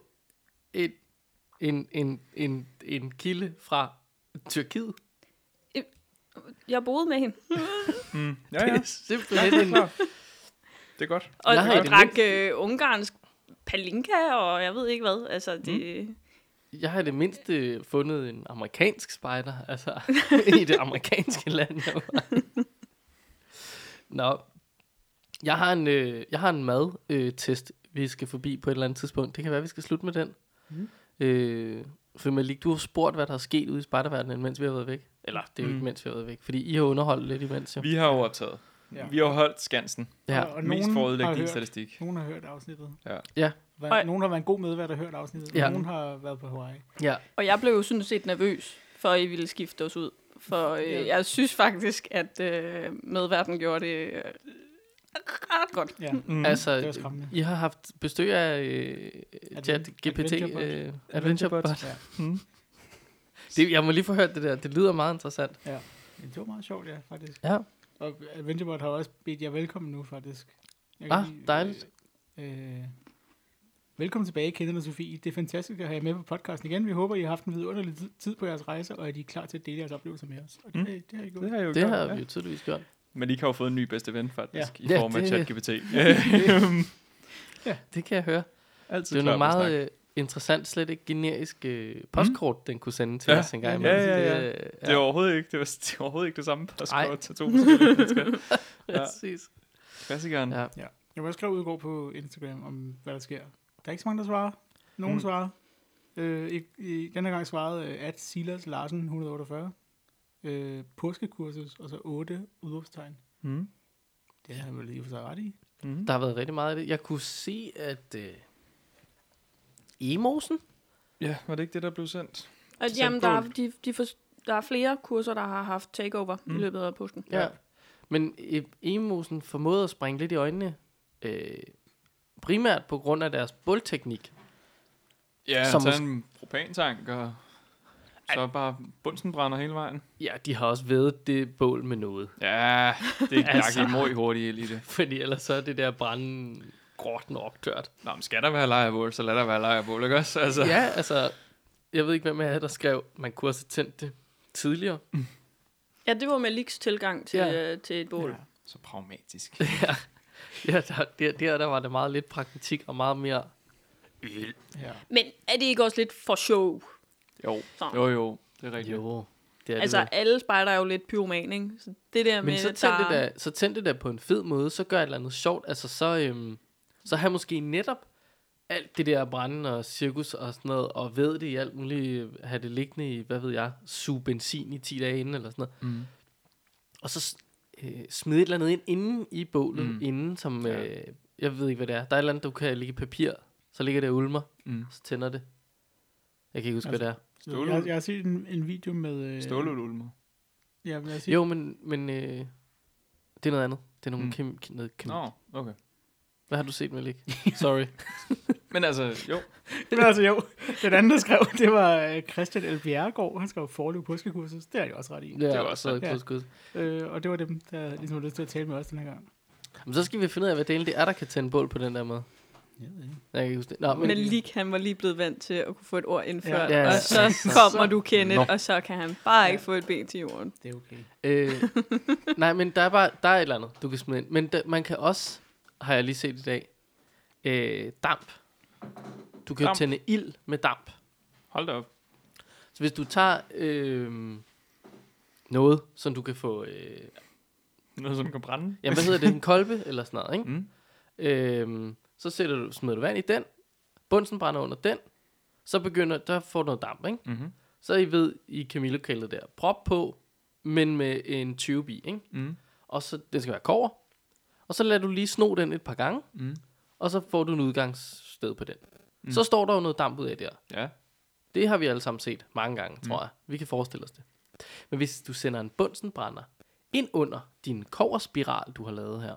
en kilde fra Tyrkiet. jeg boede med hende. Ja, Det ja. er simpelthen en... Det er godt. Og Jeg har i det drak ungarsk palinka, og jeg ved ikke hvad. Altså, det... Jeg har i det mindste fundet en amerikansk spejder, altså i det amerikanske land. Nå, jeg har en madtest, vi skal forbi på et eller andet tidspunkt. Det kan være, vi skal slutte med den. For Malik, du har spurgt, hvad der er sket ude i spejderverdenen, mens vi har været væk. Eller, det er jo ikke, mens vi har været væk, fordi I har underholdt lidt imens. Jo. Vi har overtaget. Ja. Vi har holdt skansen. Ja. Og Mest nogen forudlæggende har statistik. Nogen har hørt afsnittet. Ja. Nogen har været en god medvært og hørt afsnittet. Ja. Og nogen har været på Hawaii. Ja. Og jeg blev jo sådan set nervøs, for at I ville skifte os ud. For jeg synes faktisk, at medverden gjorde det ret godt. Ja, Mm. det var Altså, skræmmende. I har haft besøg af ChatGPT, AdventureBot. Ja. Jeg må lige få hørt det der. Det lyder meget interessant. Ja. Men det var meget sjovt, ja, faktisk. Ja. Og AdventureBot har også bedt jer velkommen nu, faktisk. Dejligt. Velkommen tilbage, Kenneth og Sofie. Det er fantastisk at have jer med på podcasten igen. Vi håber, I har haft en vidunderlig tid på jeres rejse, og at I er klar til at dele jeres oplevelser med os. Og det har I gjort. Det har jeg jo Det gjort, har ja. vi jo tydeligvis gjort. Men I kan jo få en ny bedste ven, faktisk, i Ja, form af det- ChatGPT. Det kan jeg høre. Altid Det er klar noget på at snakke. meget interessant, slet ikke generisk postkort, den kunne sende til Ja. os en gang. Ja, imellem. ja, ja. Det, Det er overhovedet ikke det, overhovedet ikke det samme postkort til to forskellige mennesker. Ja. Præcis. Klassikeren. Ja. Jeg vil også skrive ud i går på Instagram om, hvad der sker. Der er ikke så mange, der svarer. Nogen svarer. I denne gang svarede at Silas Larsen 148. Påskekursus, og så 8 udråbstegn. Mm. Det har jeg vel i og for sig ret i. Mm. Der har været rigtig meget af det. Jeg kunne se, at Emosen, Ja, var det ikke det, der blev sendt? Og Til jamen, Sandbål. der er flere kurser, der har haft takeover i løbet af påsken. ja. Men Emosen formåede at springe lidt i øjnene, primært på grund af deres bålteknik. Ja, Som så en propantank, og så bare bunsen brænder hele vejen. Ja, de har også vædet det bål med noget. Ja, det er Altså. altså. mor i hurtigt i det. Fordi ellers så er det der brænde gråt nok tørt. Nå, men skal der være lejrbål, så lad der være lejrbål, ikke også? Altså. Ja, altså, jeg ved ikke, hvem af jer, der skrev, man kunne også have tændt det tidligere. Ja, det var Maliks tilgang til, Ja. til et bål. Ja. Så pragmatisk. Ja, der var det meget lidt praktik og meget mere øl. Ja. Men er det ikke også lidt for show? Jo, Så. jo, det er rigtigt. Jo, det er Altså, det. alle spejder er jo lidt pyroman, ikke? Så det der Men med, så tænd det der på en fed måde, så gør et eller andet sjovt. Altså, så har måske netop alt det der brænde og cirkus og sådan noget, og ved det i alt muligt, have det liggende i, hvad ved jeg, suge benzin i 10 dage inden, eller sådan noget. Mm. Og så smide et eller andet ind inden i bålet, inden som, jeg ved ikke, hvad det er. Der er et eller andet, du kan lægge i papir, så ligger det og ulmer, så tænder det. Jeg kan ikke huske, hvad det er. Stålul. Jeg har set en video med... Stålululmer. Ja, men jeg har set, Jo, men det er noget andet. Det er nogle noget Nå, okay. Hvad har du set, Malik? Sorry. Men altså, jo. Men altså jo, den anden, der skrev, det var Christian L. Bjerregaard. Han skrev forløb påskekursus. Det er jeg også ret i. Det er var også ja. skud. Og det var dem, der ligesom har lyst til at tale med os den her gang. Men så skal vi finde ud af, hvad delen det er, der kan tænde bål på den der måde. Jeg ved ikke. Jeg kan ikke huske det. Nå, Men Lik, han var lige blevet vant til at kunne få et ord indført, Ja. og så kommer du, Kenneth, og så kan han bare ikke få et ben til jorden. Det er okay. Nej, men der er et eller andet, du kan smide ind. Men man kan også, har jeg lige set i dag, damp. Du kan jo Damp. tænde ild med damp. Hold da op. Så hvis du tager noget, som du kan få... Noget, som kan brænde. Jamen, hvad hedder det? En kolbe eller sådan noget, ikke? Mm. Så smider du vand i den. Bunsen brænder under den. Så der får du noget damp, ikke? Mm-hmm. Så I ved, i kemilokalet der, prop på, men med en tube i, ikke? Mm. Og så, det skal være kobber. Og så lader du lige sno den et par gange, Mm. og så får du en udgangssted på den. Så står der jo noget damp ud af der. Ja. Det har vi alle sammen set mange gange, tror jeg. Vi kan forestille os det. Men hvis du sender en bunsenbrænder ind under din kobberspiral, du har lavet her,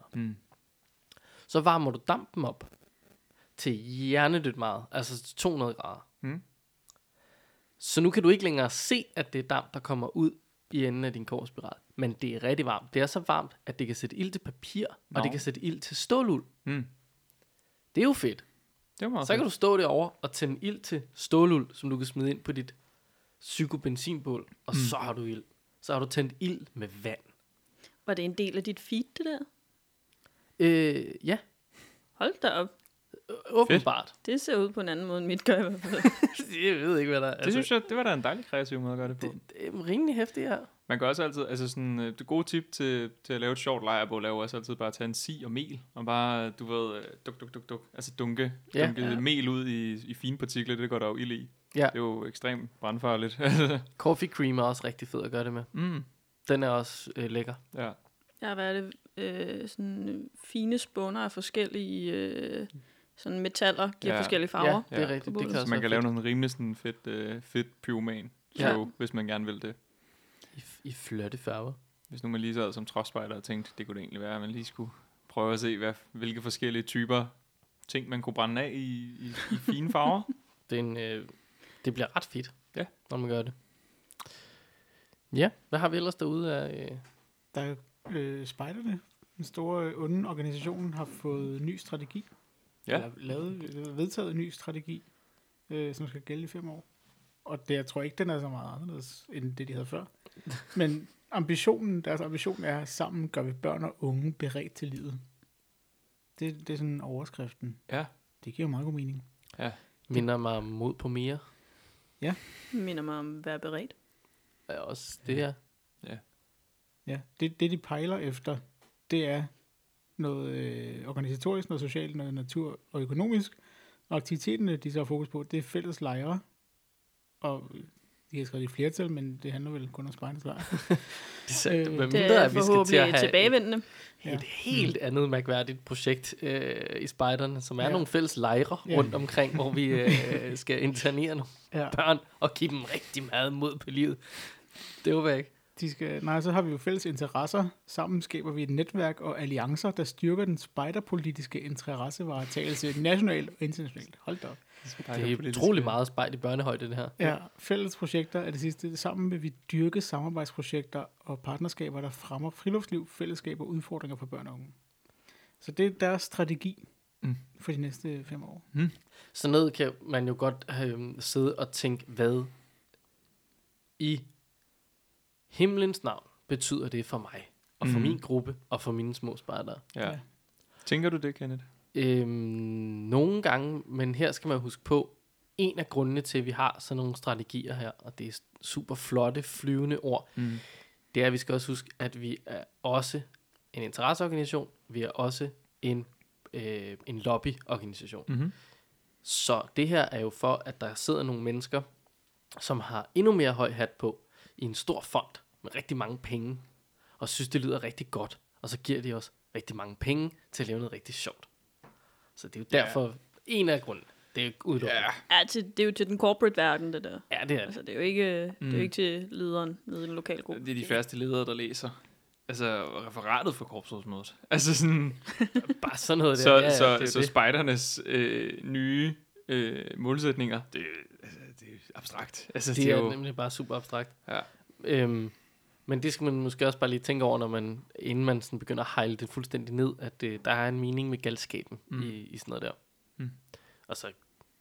så varmer du dampen op til hjernedødt meget, altså til 200 grader. Mm. Så nu kan du ikke længere se, at det er damp, der kommer ud i enden af din kobberspiral. Men det er rigtig varmt. Det er så varmt, at det kan sætte ild til papir, og det kan sætte ild til ståluld. Mm. Det er jo fedt. Det var meget Så kan du stå derovre og tænde ild til ståluld, som du kan smide ind på dit psykobenzinbål, og så har du ild. Så har du tændt ild med vand. Var det en del af dit feed, det der? Ja, Hold da op. åbenbart. Det ser ud på en anden måde, end mit gør i hvert fald. Jeg ved ikke, hvad der er. Det synes jeg, det var da en dejlig kreativ måde at gøre det på. Det er rimelig hæftigt her. Man kan også altid, altså sådan, det gode tip til at lave et sjovt lejrebål, er jo også altid bare at tage en si og mel, og bare, du ved, duk, altså dunke mel ud i fine partikler, det går der jo ild i. Ja. Det er jo ekstremt brandfarligt. Coffee cream er også rigtig fed at gøre det med. Mm. Den er også lækker. Ja. Ja, hvad er det? Sådan fine spåner af forskellige sådan metaller, giver forskellige farver. Ja, det er Ja. rigtigt. Det kan Så også man kan være lave noget rimelig sådan fedt pyroman, show, hvis man gerne vil det. I flotte farver. Hvis nu man lige sad som tropspejder og tænkte, det kunne det egentlig være, at man lige skulle prøve at se, hvilke forskellige typer ting, man kunne brænde af i fine farver. Det bliver ret fedt, Ja. når man gør det. Ja, hvad har vi ellers derude af... Der er spejderne, den store onde organisation, har fået ny strategi. Ja. Eller vedtaget en ny strategi, som skal gælde i 5 år. Og det, jeg tror ikke, den er så meget anderledes, end det, de havde før. Men deres ambition er, sammen gør vi børn og unge beredt til livet. Det er sådan overskriften. Ja. Det giver jo meget god mening. Ja. Minder mig om mod på mere. Minder mig om at være beredt. Ja, også det her. Ja, det de pejler efter, det er noget organisatorisk, noget socialt, noget natur og økonomisk. Og aktiviteterne, de så har fokus på, det er fælles lejre. Og de har skrevet i flertal, men det handler vel kun om spejdernes lejre. Det er forhåbentlig tilbagevendende. Et helt andet mærkværdigt projekt i spejderne, som er nogle fælles lejre rundt omkring, hvor vi skal internere nogle børn og give dem rigtig meget mod på livet. Det var væk. Så har vi jo fælles interesser. Sammen skaber vi et netværk og alliancer, der styrker den spejderpolitiske interessevaretagelse nationalt og internationalt. Hold da op. Det er utrolig meget spejt i børnehøjde, det her. Ja, fælles projekter er det sidste. Sammen vil vi dyrke samarbejdsprojekter og partnerskaber, der fremmer friluftsliv, fællesskab og udfordringer for børn og unge. Så det er deres strategi for de næste 5 år. Så noget kan man jo godt sidde og tænke, hvad i himlens navn betyder det for mig, og for min gruppe, og for mine små spejdere. Ja. Tænker du det, Kenneth? Nogle gange, men her skal man huske på, en af grundene til, at vi har sådan nogle strategier her, og det er super flotte, flyvende ord, det er, at vi skal også huske, at vi er også en interesseorganisation, vi er også en lobbyorganisation. Mm-hmm. Så det her er jo for, at der sidder nogle mennesker, som har endnu mere høj hat på, i en stor fond med rigtig mange penge, og synes, det lyder rigtig godt, og så giver de også rigtig mange penge til at lave noget rigtig sjovt. Så det er jo derfor en af grunden. Det er jo udelukket. Ja, det er jo til den corporate verden, det der. Ja, det er det. Altså, det er jo ikke, det er jo ikke til lederen nede i den lokale gruppe. Det er de færreste ledere, der læser. Altså, referatet for korpsrådsmødet. Altså sådan... Bare sådan noget der. Så spejdernes nye målsætninger, det er abstrakt. Altså, Det er nemlig bare super abstrakt. Ja. Men det skal man måske også bare lige tænke over, inden man sådan begynder at hejle det fuldstændig ned, at der er en mening med galskaben i sådan noget der. Og så,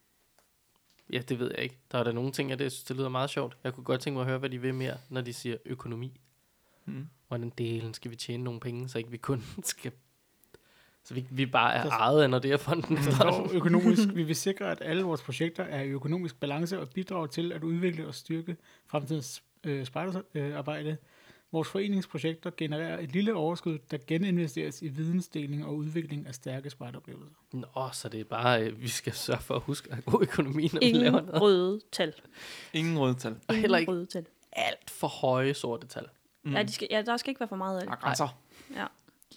ja, det ved jeg ikke. Der er der nogle ting, jeg synes, det lyder meget sjovt. Jeg kunne godt tænke mig at høre, hvad de vil mere, når de siger økonomi. Hvordan delen skal vi tjene nogle penge, så ikke vi kun skal... Så vi bare er ejet af Nordea-fonden. Økonomisk, vi vil sikre, at alle vores projekter er i økonomisk balance og bidrager til at udvikle og styrke fremtidens spejderarbejde. Vores foreningsprojekter genererer et lille overskud, der geninvesteres i vidensdeling og udvikling af stærke spejderoplevelser. Nå, så det er bare, vi skal sørge for at huske at god økonomi, når vi laver Ingen noget. røde tal. Ingen røde tal. Og heller ikke røde tal. alt for høje sorte tal. Ja, der skal ikke være for meget af det. Der er grænser. Ja.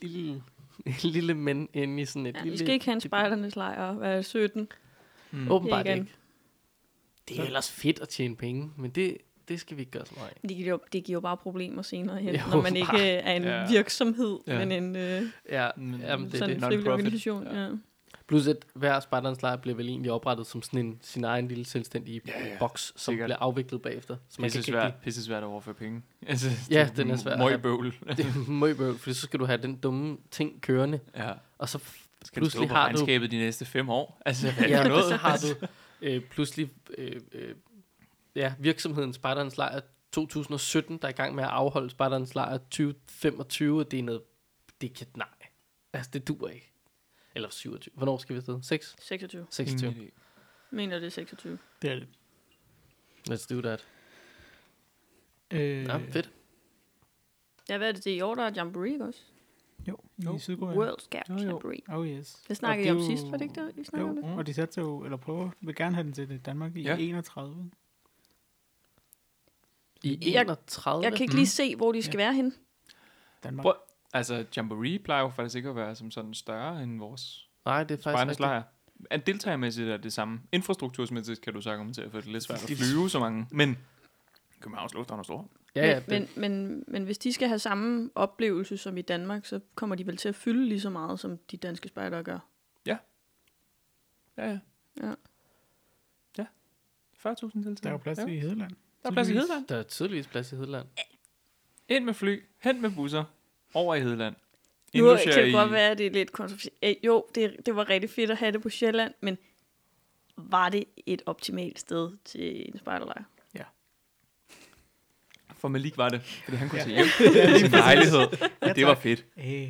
Lille mænd inde i sådan et lille... Vi skal ikke have en spejdernes lejr og være 17. Åbenbart Igen. ikke. Det er ellers fedt at tjene penge, men det skal vi ikke gøre så meget af. Det giver jo bare problemer senere hen, Jo, når man ikke er en virksomhed, men en Jamen, det er sådan det. en frivillig Non-profit. organisation. Ja. Plus at hver spejderens lejr bliver vel egentlig oprettet som sådan sin egen lille selvstændige boks, som sikkert. bliver afviklet bagefter. Så man kan Pisse svært at overføre penge. Altså, Ja, den er svær. Møgbøvl. Det er møgbøvl, for så skal du have den dumme ting kørende, Ja. og så Skal du stå på regnskabet de næste 5 år? Altså, hvad ja, er noget? så har du pludselig virksomheden Spejderens Lejr 2017, der er i gang med at afholde Spejderens Lejr 2025, og det er noget, nej, altså det dur ikke. Eller 27. Hvornår skal vi afsted? 6? 26. 26. Mener det er 26. Det er det. Let's do that. Ja, fedt. Ja, hvad er det til i år, der er Jamboree, ikke også? Jo, i Sydkorea. World Scout Jamboree. Oh yes. Det snakkede jeg om sidst, var det ikke der, I snakkede om det? Og de satte jo, eller prøver, vil gerne have den til Danmark i 31. I 31? Jeg kan ikke lige se, hvor de skal være henne. Danmark. Altså, Jamboree plejer jo faktisk ikke at være som sådan større end vores Nej, det er faktisk Spejdernes Lejr. Deltagermæssigt er det samme. Infrastruktursmæssigt kan du så argumentere for, at det er lidt svært at flyve så mange. Men Københavns Lufthavn er stor. Ja, men hvis de skal have samme oplevelse som i Danmark, så kommer de vel til at fylde lige så meget, som de danske spejdere gør. Ja. 40.000 deltagere. Der er jo plads i Hedeland. Der er plads i Hedeland. Der er tydeligvis plads i Hedeland. Ind med fly, hen med busser, over i Hedeland. Nu kan det godt være, at det er lidt kontroversielt. Jo, det var rigtig fedt at have det på Sjælland, men var det et optimalt sted til en spejderlejr? Ja. For Malik var det, fordi han kunne tage hjem i sin lejlighed. Det var fedt.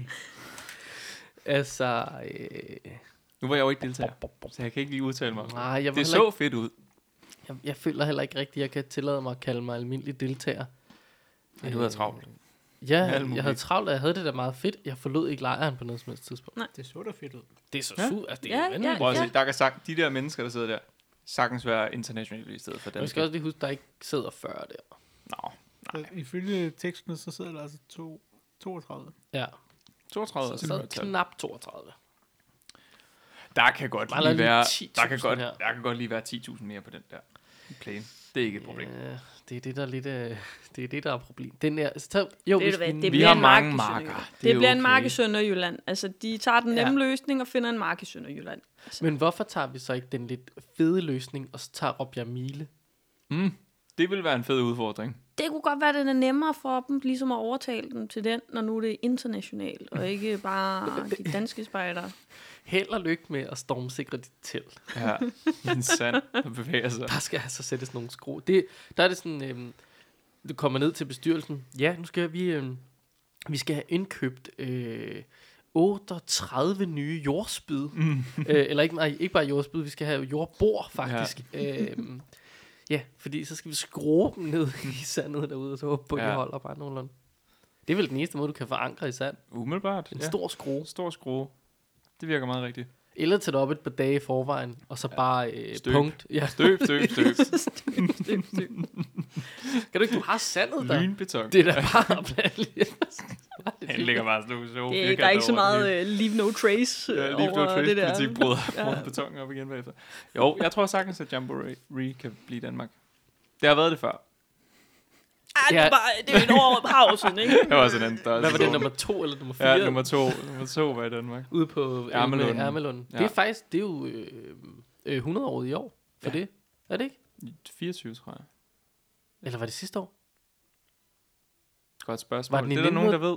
Altså... Nu var jeg jo ikke deltager, så jeg kan ikke lige udtale mig. Nej, det så fedt ud. Jeg føler heller ikke rigtigt, at jeg kan tillade mig at kalde mig almindelig deltager. Ja, du havde travlt. Ja, jeg havde travlt, og jeg havde det da meget fedt. Jeg forlod ikke lejren på noget som helst tidspunkt. Nej. Det så da fedt ud. Det er så super. Altså, det er Ja, vanvittigt. Prøv at se, der kan sagt, de der mennesker, der sidder der, sagtens være internationale i stedet for Man danske. skal også lige huske, der ikke sidder 40 der. Nå, Så ifølge teksten, så sidder der altså 32. Ja, 32 så sad knap 32. Der kan godt Mangler lige være, lige 10.000 her. der kan godt lige være 10.000 mere på den der plane. Det er ikke et problem. Ja, det er det, der er lidt... det er det, der er problem. Den er... Så, jo, Det Vi bliver har en mange mark i marker. Sønderjylland. Det er Det bliver en okay. mark i Sønderjylland. Altså, de tager den nemme løsning og finder en mark i Sønderjylland. Altså. Men hvorfor tager vi så ikke den lidt fede løsning, og så tager Råbjerg Mile? Det vil være en fed udfordring. Det kunne godt være, at det er nemmere for dem ligesom at overtale dem til den, når nu det er internationalt, og ikke bare de danske spejdere. Held og lykke med at stormsikre dit telt. Ja, en sand, der bevæger sig. Der skal altså sættes nogle skru. Der er det sådan, du kommer ned til bestyrelsen. Ja, nu skal vi skal have indkøbt 38 nye jordspyd. Eller ikke bare jordspyd, vi skal have jordbord faktisk. Ja, fordi så skal vi skrue dem ned i sandet derude, og så håbe på, at de holder bare nogenlunde. Det er vel den eneste måde, du kan forankre i sand. Umiddelbart. En stor skrue. Stor skrue. Det virker meget rigtigt. Eller tage det op et par dage i forvejen, og så bare Støb. punkt. Ja. Støb. Støb. Kan du ikke, du har sandet der? Lynbeton. Det er da bare blandt. Han ligger bare sådan så Der er ikke så meget leave no trace leave no over trace det der. politik bryder beton op igen bagefter. Jo, jeg tror sagtens, at Jamboree kan blive Danmark. Det har været det før. Det er jo et år par år siden, ikke? Det var sådan en størrelse. Hvad var det, nummer 2 eller nummer 4? Ja, nummer 2 var i Danmark. Ude på Ærmelund. Ærmelund. Ja. Det er faktisk, det er jo 100-året i år for det. Er det ikke? 24, tror jeg. Eller var det sidste år? Godt spørgsmål. Var den i det er der nogen, der ved.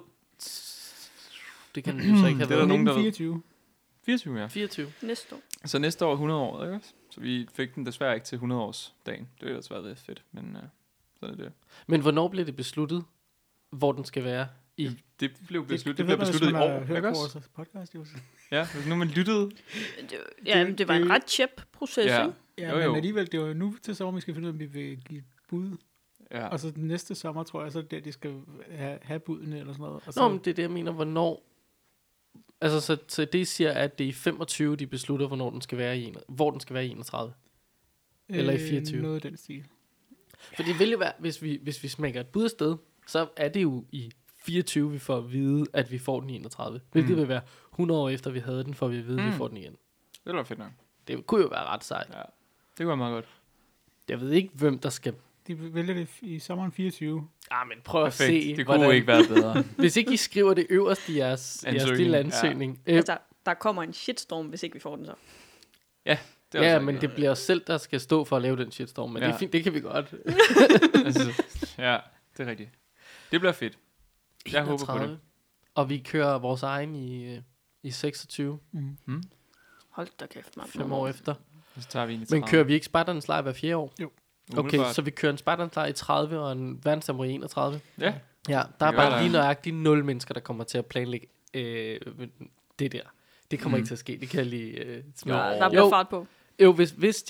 Det kan den jo så ikke have Det er der været. nogen, der ved. 24. 24, ja. 24. Næste år. Så næste år er 100 år, ikke også? Så vi fik den desværre ikke til 100-årsdagen. Det ville ellers været lidt fedt, men sådan er det. Men hvornår blev det besluttet, hvor den skal være? Det blev besluttet, Det blev besluttet i år, hørt ikke på også? vores podcast, jo. Ja, hvis nu man lyttede. Det var en ret tjep proces, Ja. ikke? Ja, Jo. men alligevel, det var nu til sommer, vi skal finde ud af, om vi vil give et bud. Ja. Og så den næste sommer, tror jeg, så er det, de skal have budene eller sådan noget. Og så, Nå, men det er det, jeg mener, hvornår... Altså, så det siger, at det er i 25, de beslutter, hvornår den skal være i, hvor den skal være i 31. Eller i 24. Noget af den stil. For det vil jo være, hvis vi smækker et bud afsted, så er det jo i 24, vi får at vide, at vi får den i 31. Hvilket vil være 100 år efter, vi havde den, for vi at vide, at vi får den igen. Det var fedt nok. Det kunne jo være ret sejt. Ja. Det kunne være meget godt. Jeg ved ikke, hvem der skal... De vælger det i sommeren 24. Men prøv at Perfekt. se, Det kunne jo ikke være bedre. Hvis ikke I skriver det øverst i jeres lille ansøgning. Ja. Altså, der kommer en shitstorm, hvis ikke vi får den så. Det Ja, men det bliver os selv, der skal stå for at lave den shitstorm. Men det er fint, det kan vi godt. altså, ja, det er rigtigt. Det bliver fedt. Jeg håber på det. Og vi kører vores egen i 26, Hold da kæft, man. 5 år efter. Så tager vi ind i 30. Men kører vi ikke Spartans Lejr hver 4 år? Jo. Okay, Umiddelbart. så vi kører en Spartans Lejr i 30 og en verdenssamur i 31. Ja. Ja, der er kan bare være, lige nøjagtigt 0 mennesker, der kommer til at planlægge det der. Det kommer ikke til at ske. Det kan jeg lige smide. Der bliver fart på. Jo, hvis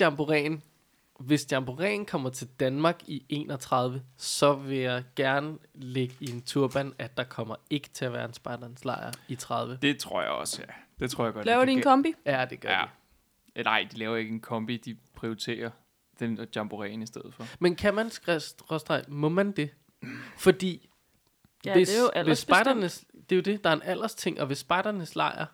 Jamboreen kommer til Danmark i 31, så vil jeg gerne lægge i en turban, at der kommer ikke til at være en Spartans Lejr i 30. Det tror jeg også, ja. Det tror jeg godt. Laver de en kombi? Ja, det gør Ja. de. Nej, de laver ikke en kombi. De prioriterer den og Jamboreen i stedet for. Men kan man må man det? Fordi Ja, hvis, det er jo hvis aldersbestemt. spejdernes, det er jo det, der er en aldersting, og hvis spejdernes lejr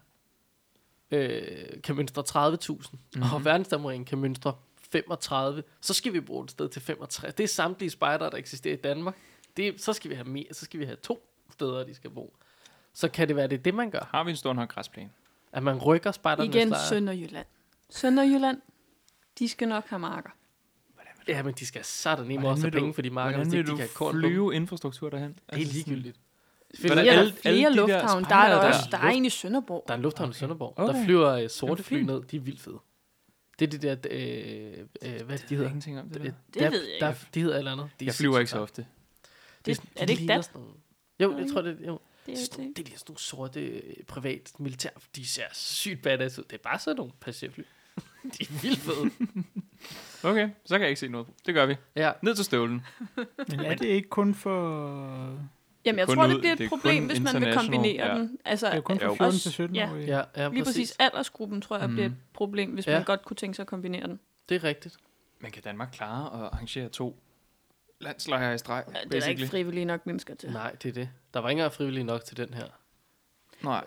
kan mønstre 30.000, og verdensdammeringen kan mønstre 35, så skal vi bruge et sted til 65. Det er samtlige spejdere, der eksisterer i Danmark. Så skal vi have mere, så skal vi have 2 steder, de skal bo. Så kan det være, det man gør. Har vi en stor nok græsplæne? At man rykker spejdernes Igen lejr. Sønderjylland, de skal nok have marker. Ja, men de skal sådan imod også have penge for de marker, hvis Hvordan ikke vil de kan du have korn på. flyve infrastruktur derhen? Det er ligegyldigt. Hvordan- Der alle- er flere alle de der lufthavne. Der er spejdere der der. også. Der er en i Sønderborg. Der er en lufthavn i Sønderborg. Okay. Der flyver sorte Det er fly fint. ned. De er vildt fede. Det er det der, hvad de hedder? Ingenting om det der. Det ved jeg ikke. De hedder et eller andet. De Jeg flyver ikke så ofte. Er det ikke ligner dat? sådan nogle- Jo, jeg tror det. Jo. Det er Det det. er lige sådan nogle sorte privat militær. De ser sygt badass ud. Det er bare sådan nogle passagerfly. De er vildt fede. Okay, så kan jeg ikke se noget. Det gør vi. Ja. Ned til støvlen. Men er det ikke kun for... Jamen, jeg Kun tror, ud- det bliver det er et problem, kun hvis man vil international, kombinere ja. den. Altså, Det er jo kun Jo. for 14 til 17 Ja. år. Ja, lige præcis aldersgruppen, tror jeg, bliver et problem, hvis Ja. man godt kunne tænke sig at kombinere den. Det er rigtigt. Men kan Danmark klare at arrangere 2 landslejre i streg? Ja, det er der ikke frivillige nok mennesker til. Nej, det er det. Der var ikke engang frivillige nok til den her. Nej.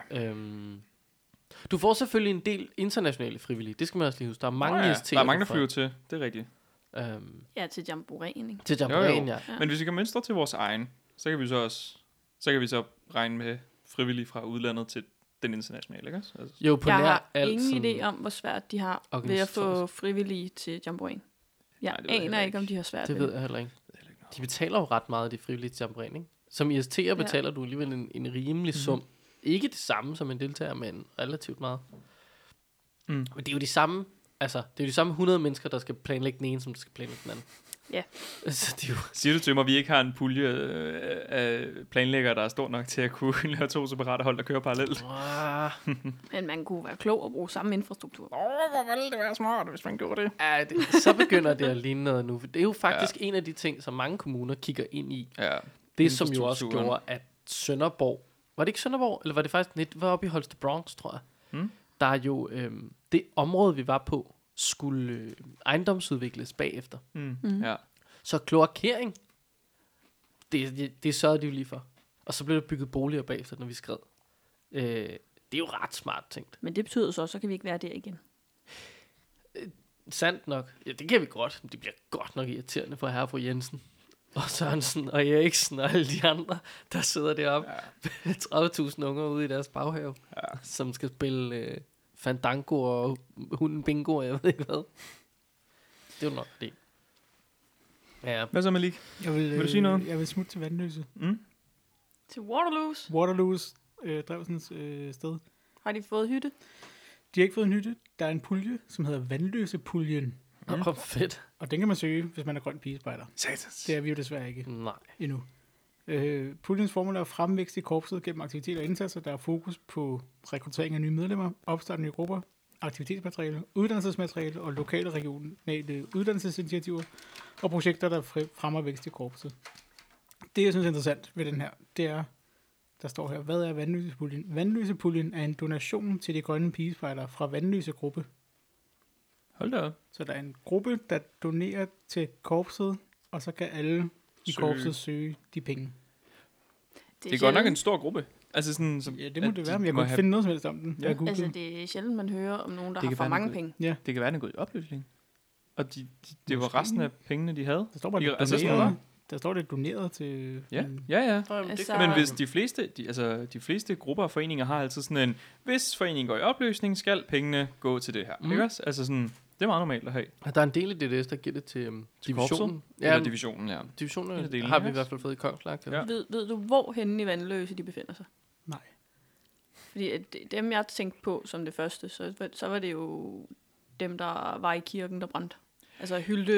Du får selvfølgelig en del internationale frivillige. Det skal man også lige huske. Der er mange Nå ja, IST'er. der er mange, der flyver til. Det er rigtigt. Ja, til Jamboreen, ikke? Til Jamboreen, ja. Ja. Men hvis vi kan mønstre til vores egen, så kan vi så også regne med frivillige fra udlandet til den internationale, ikke også? Altså, Jo, på Jeg nær har alt ingen sådan- idé om, hvor svært de har ved at få Organisatorisk. frivillige til Jamboreen. Jeg Nej, det ved jeg aner heller ikke, om ikke. de har svært Det ved ved det. jeg heller ikke. De betaler jo ret meget, de frivillige til Jamboreen, ikke? Som IST'er betaler du alligevel en rimelig sum. Ikke det samme som en deltager, men relativt meget. Men det er jo de samme, altså, det er jo de samme 100 mennesker, der skal planlægge den ene, som der skal planlægge den anden. Ja. Så det er jo... siger du til mig, at vi ikke har en pulje af planlæggere, der er stor nok til at kunne lave 2 separate hold, der kører parallelt? Men man kunne være klog og bruge samme infrastruktur. Hvor ville det være smart, hvis man gjorde det? Ja, så begynder det at ligne noget nu. Det er jo faktisk en af de ting, som mange kommuner kigger ind i. Ja. Det, som jo også Infrastrukturen. gjorde, at Sønderborg... Var det ikke Sønderborg? Eller var det faktisk net? Var oppe i Holste Bronx, tror jeg. Der er jo... det område, vi var på, skulle ejendomsudvikles bagefter. Ja. Så kloakering, det sørgede de jo lige for. Og så blev der bygget boliger bagefter, når vi skred. Det er jo ret smart tænkt. Men det betyder så kan vi ikke være der igen. Sandt nok. Ja, det kan vi godt. Men det bliver godt nok irriterende for herre og fru Jensen. Og Sørensen og Eriksen og alle de andre, der sidder deroppe. Ja. 30.000 unger ude i deres baghave, som skal spille Fandango og hunden Bingo, og jeg ved ikke hvad. Det er jo nok det. Ja. Hvad så, Malik? Vil du sige noget? Jeg vil smutte til Vandløse. Til Waterloos. Waterloos Drevsens sted. Har de fået hytte? De har ikke fået en hytte. Der er en pulje, som hedder Vandløsepuljen. Fedt. Og den kan man søge, hvis man er grøn pigespejder. Satans. Det er vi jo desværre ikke Nej. endnu. Puljens formål er at fremvækst i korpset gennem aktiviteter og indsatser, der er fokus på rekruttering af nye medlemmer, opstart af nye grupper, aktivitetsmateriale, uddannelsesmateriale og lokale regionale uddannelsesinitiativer og projekter, der fremmer vækst i korpset. Det, jeg synes er interessant ved den her, det er, der står her, hvad er Vandløsepuljen? Vandløsepuljen er en donation til de grønne pigespejder fra Vandløse Gruppe. Hold da op. Så der er en gruppe, der donerer til korpset, og så kan alle i korpset søge de penge. Det er godt nok en stor gruppe. Altså sådan, som, Ja, det må det være, men jeg kunne ikke finde noget som helst om den. Ja. Jeg Altså, det er sjældent, man hører om nogen, der Det har kan for være mange noget. penge. Ja, Det kan være, den er gået i opløsning. Og det var Måske. resten af pengene, de havde. der står bare, De- det altså sådan doneret. noget. Der står, det er doneret til... Ja, ja. Altså- Men hvis de fleste grupper og foreninger har altid sådan en, hvis foreningen går i opløsning, skal pengene gå til det her. Ikke også? Altså sådan, det er meget normalt at have. Der er en del i DDS, der giver det til divisionen. Ja, eller divisionen, ja. Divisionen En af delene, har vi i yes. hvert fald fået i Kongslag. Ja. Ved du, hvor henne i Vandløse de befinder sig? Nej. Fordi at dem, jeg tænkte på som det første, så var det jo dem, der var i kirken, der brændte. Altså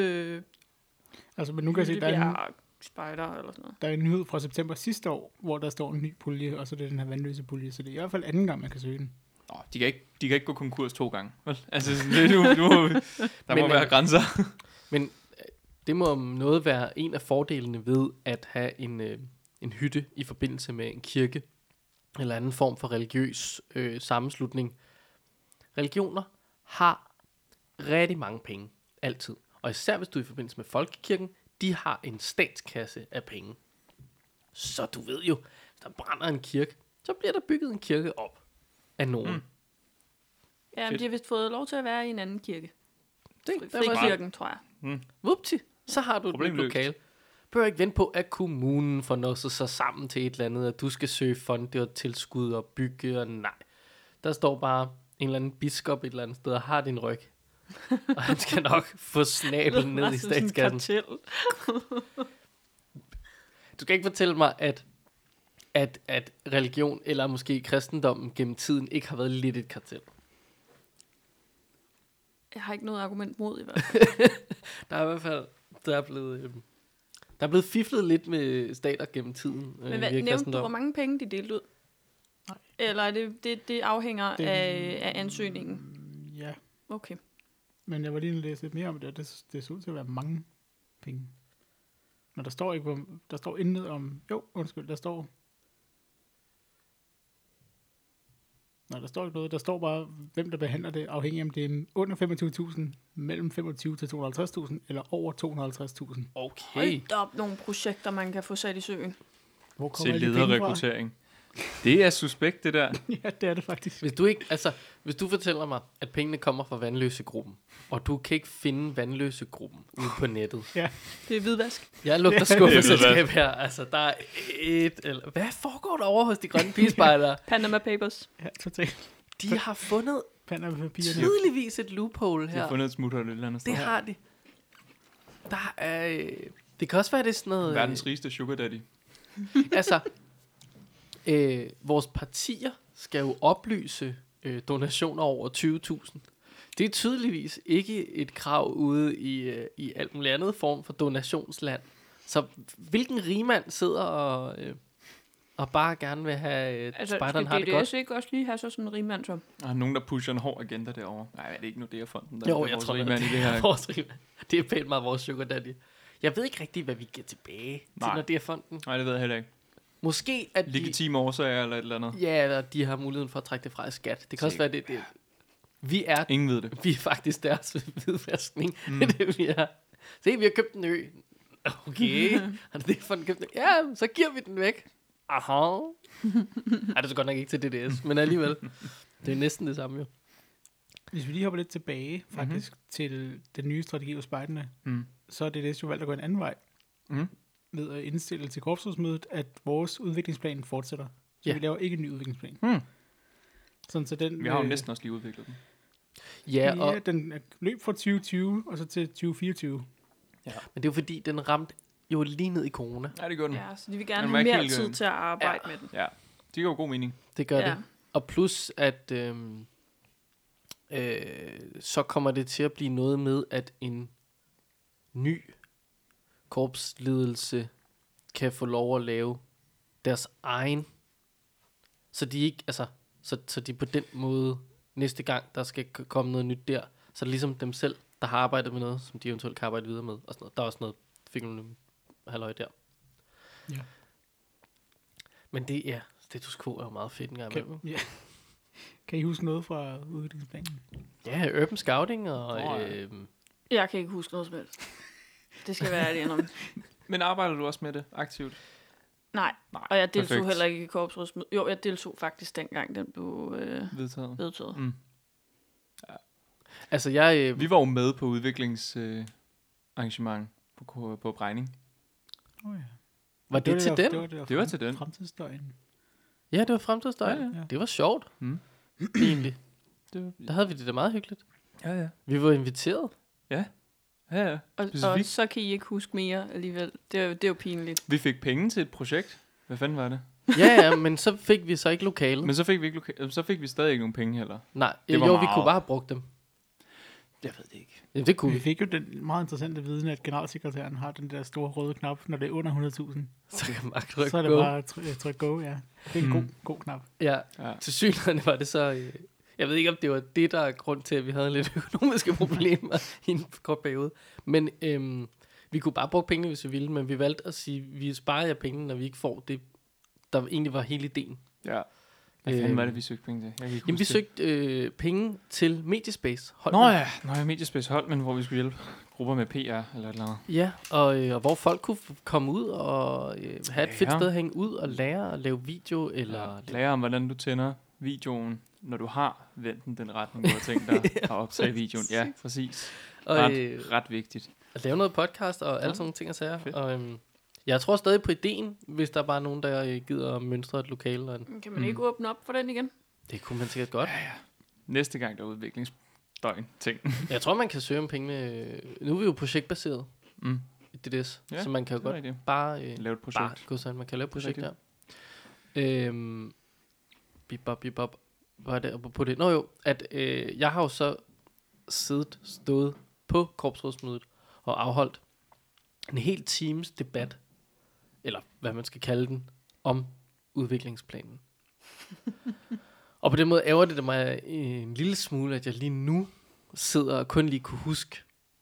Altså, men nu kan jeg se, spejder eller sådan noget. der er en nyhed fra september sidste år, hvor der står en ny pulje, og så er det den her vandløse pulje. Så det er i hvert fald anden gang, man kan søge den. Nå, de kan ikke gå konkurs 2 gange. Vel? Altså, sådan, der må være grænser. Men det må om noget være en af fordelene ved at have en hytte i forbindelse med en kirke, eller anden form for religiøs sammenslutning. Religioner har rigtig mange penge, altid. Og især hvis du er i forbindelse med folkekirken, de har en statskasse af penge. Så du ved jo, hvis der brænder en kirke, så bliver der bygget en kirke op af nogen. Ja, men de har vist fået lov til at være i en anden kirke. Det var Frikirken, tror jeg. Vupti, så har du et nyt Problemløst. lokale. Bør ikke vente på, at kommunen får noget sig sammen til et eller andet, at du skal søge fonde og tilskud og bygge, og nej. Der står bare en eller anden biskop et eller andet sted og har din ryg. Og han skal nok få snablen ned i statskassen. Du skal ikke fortælle mig, at religion eller måske kristendommen gennem tiden ikke har været lidt et kartel. Jeg har ikke noget argument mod i hvert fald. Der er i hvert fald der er blevet fiflet lidt med stater gennem tiden. Men hvad, nævnte du, hvor mange penge de delte ud? Nej. Eller er det afhænger af ansøgningen? Ja, Okay. men jeg var lige læse lidt mere om det, og det ser ud til at være mange penge. Men der står ikke, der står intet om... der står... Nej, der står ikke noget. Der står bare, hvem der behandler det, afhængig om det er under 25.000, mellem 25 til 250.000, eller over 250.000. Okay. Hold op nogle projekter, man kan få sat i søen. Hvor Til alle de penge fra? lederrekruttering. Det er suspekt, det der. Ja, det er det faktisk. Hvis du fortæller mig, at pengene kommer fra Vandløsegruppen, og du kan ikke finde Vandløsegruppen ude på nettet. Ja. Det er hvidvask. Jeg lugter skuffeselskab her. Altså, der er hvad foregår der over hos de grønne pigespejdere? Panama Papers. Ja, totalt. De har fundet Panama-papirerne. tydeligvis et loophole De her. har fundet et smuthul et eller andet sted. Det har de. Der er... Det kan også være, det er sådan noget... Verdens rigeste sugar daddy. Altså, vores partier skal jo oplyse donationer over 20.000. Det er tydeligvis ikke et krav ude i alt muligt andet form for donationsland. Så hvilken rigmand sidder og bare gerne vil have spejderen har det godt? skal ikke også lige have sådan en rigmand som? Der er nogen, der pusher en hård agenda derovre. Nej, er det ikke Nordea-fonden, der Jo, er jeg vores tror, rigmand i det er her? vores rigmand. Det er pænt meget vores sugar daddy. Jeg ved ikke rigtig, hvad vi giver tilbage til Nej. Nordea-fonden. Nej, det ved jeg heller ikke. Måske at Legitime årsager eller et eller andet. Ja, eller de har muligheden for at trække det fra i skat. Det kan også være, det. Vi er Ingen ved det. Vi er faktisk deres hvidvaskning. Det er det, vi er. Se, vi har købt en ø. Okay. Har du det for den købt en ø? Ja, så giver vi den væk. Aha. Ej, det er så godt nok ikke til DDS, men alligevel. Det er næsten det samme jo. Hvis vi lige hopper lidt tilbage, faktisk, til den nye strategi hos spejderne, så er det jo valgt at gå en anden vej. Ved at indstille til korpsrådsmødet, at vores udviklingsplan fortsætter. Så Ja. vi laver ikke en ny udviklingsplan. Sådan, så den, Vi har jo næsten også lige udviklet den. Ja, og, ja, den løb fra 2020 og så til 2024. men det er jo fordi, den ramte jo lige ned i corona. Ja, det gør den. Ja, så de vil gerne Den var have ikke mere helt, tid til at arbejde med den. Ja, det giver jo god mening. Det gør Ja. det. Og plus, at så kommer det til at blive noget med, at en ny korpsledelse kan få lov at lave deres egen. Så de ikke, altså, så de på den måde, næste gang, der skal komme noget nyt der, så er det ligesom dem selv, der har arbejdet med noget, som de eventuelt kan arbejde videre med. Og sådan noget. Der er også noget, fik nogle halløj der. Ja. Men det, ja, status quo er jo meget fedt en gang imellem. Kan I huske noget fra udviklingsplanen? Ja, urban scouting og... Jeg kan ikke huske noget som helst. Det skal være ærlig om. Men arbejder du også med det aktivt? Nej, Nej, og jeg deltog perfekt. heller ikke i korpsrådsmødet. Jo, jeg deltog faktisk dengang, den blev Vedtaget. vedtaget. Mm. Altså, jeg... Vi var jo med på udviklingsarrangement på Brejning. Oh, ja. var det til den? Det var til den. Fremtidsstøjen. Ja, det var fremtidsstøj. Ja, ja. Det var sjovt, Mm. egentlig. Det Der havde vi det da meget hyggeligt. ja, ja. Vi var inviteret. Ja, ja. Og Specifikt. så kan I ikke huske mere alligevel. Det er jo pinligt. Vi fik penge til et projekt. Hvad fanden var det? Ja, men så fik vi så ikke lokalet. Men så fik vi ikke så fik vi stadig ikke nogen penge heller. Nej, Det var jo, vi meget. kunne bare have brugt dem. Jeg ved det ikke. Ja, det kunne Vi vi. fik jo den meget interessante viden, at generalsekretæren har den der store røde knap, når det er under 100.000. Så kan man trykke Så er det go. bare tryk go, ja. Det er en god knap. Ja, Ja. til synligheden var det så... jeg ved ikke, om det var det, der er grund til, at vi havde lidt økonomiske problemer i en kort periode. Men vi kunne bare bruge pengene, hvis vi ville, men vi valgte at sige, at vi sparer jer penge, når vi ikke får det, der egentlig var hele ideen. Ja. Hvad fanden var det, vi søgte penge til? Jeg kan ikke Jamen, vi huske det. søgte penge til Mediespace. Nå ja, Mediespace hold, men hvor vi skulle hjælpe grupper med PR eller et eller andet. Ja, og hvor folk kunne komme ud og have et fedt Ja. sted at hænge ud og lære at lave video, eller... Lære om, hvordan du tænder videoen, når du har vendt den retning, du har tænkt dig at optage videoen. Ja, præcis. og, Ret vigtigt. at lave noget podcast og alle sådan nogle ting og sager. Og, jeg tror stadig på ideen, hvis der bare er nogen, der gider at mønstre et lokale. Og Kan man ikke åbne op for den igen? det kunne man sikkert godt. Næste gang, der er udviklingsdøgn ting. Jeg tror, man kan søge om pengene. Nu er vi jo projektbaseret i DDS, Ja, så man kan jo det er godt rigtigt. bare... Lave et projekt. Bare gå sådan, man kan lave et Det er projekt der. Bip-bop. Hvad er det på det? Nå jo, at jeg har jo så stået på korpsrådsmødet og afholdt en hel times debat, eller hvad man skal kalde den, om udviklingsplanen. Og på den måde ærger det mig en lille smule, at jeg lige nu sidder og kun lige kunne huske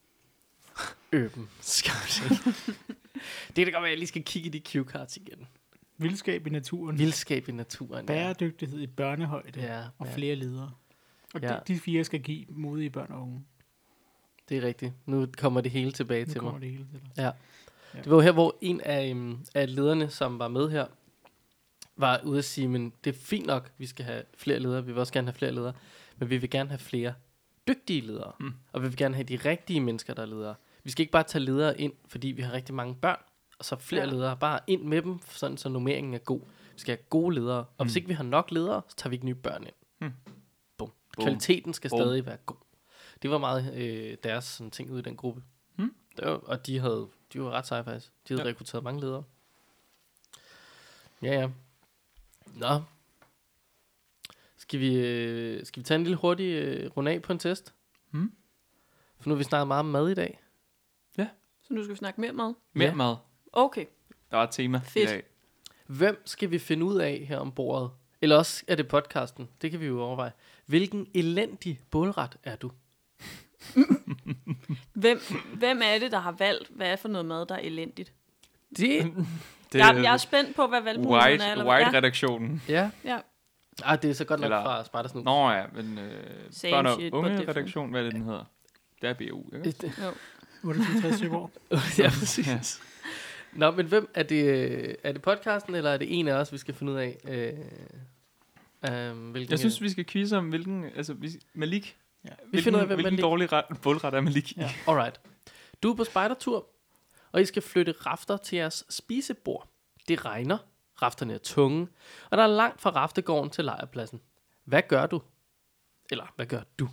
urban scouting. Det kan da godt være, at jeg lige skal kigge i de cue cards igen. Vildskab i naturen. Vildskab i naturen. Bæredygtighed i børnehøjde. Ja, Og ja. flere ledere. Og Ja. de 4 skal give modige børn og unge. Det er rigtigt. Nu kommer det hele tilbage Nu til kommer mig. det hele til dig. Ja. Ja. Det var jo her, hvor en af lederne, som var med her, var ude at sige, men det er fint nok, vi skal have flere ledere, vi vil også gerne have flere ledere, men vi vil gerne have flere dygtige ledere, og vi vil gerne have de rigtige mennesker, der er ledere. Vi skal ikke bare tage ledere ind, fordi vi har rigtig mange børn, og så flere ledere, bare ind med dem, sådan så nummeringen er god. Vi skal have gode ledere, og hvis ikke vi har nok ledere, så tager vi ikke nye børn ind. Bum. Kvaliteten skal stadig være god. Det var meget deres sådan, ting ud i den gruppe. Det var, og de var ret seje faktisk. De havde rekrutteret mange ledere. Ja. Nå. Skal vi tage en lille hurtig rund af på en test? For nu har vi snakket meget om mad i dag. Så nu skal vi snakke mere mad. Mere mad. Okay. Der var et tema Fedt. i dag. Hvem skal vi finde ud af her om bordet? Eller også er det podcasten. Det kan vi jo overveje. Hvilken elendig bålret er du? Hvem er det, der har valgt, hvad er for noget mad, der er elendigt? Det... Jeg er spændt på, hvad valgmulighederne er. Eller hvad? White-redaktionen. Ja. Ja. Det er så godt nok Eller- fra Spartasnus. Nå ja, men Same børn og shit, but unge different. redaktion, hvad er det, den hedder? Det er BU, ikke? Jo. 68 Søborg. Ja, præcis. Nå, men hvem er det? Er det podcasten, eller er det en af os, vi skal finde ud af? Hvilken, Jeg synes, vi skal quizze om, hvilken... Altså, Malik. Ja. Vi finder ud af, hvem hvilken Malik- dårlig bålret er Malik. Ja. Alright. Du er på spejdertur, og I skal flytte rafter til jeres spisebord. Det regner, rafterne er tunge, og der er langt fra raftegården til lejrpladsen. Hvad gør du? Eller, hvad gør du?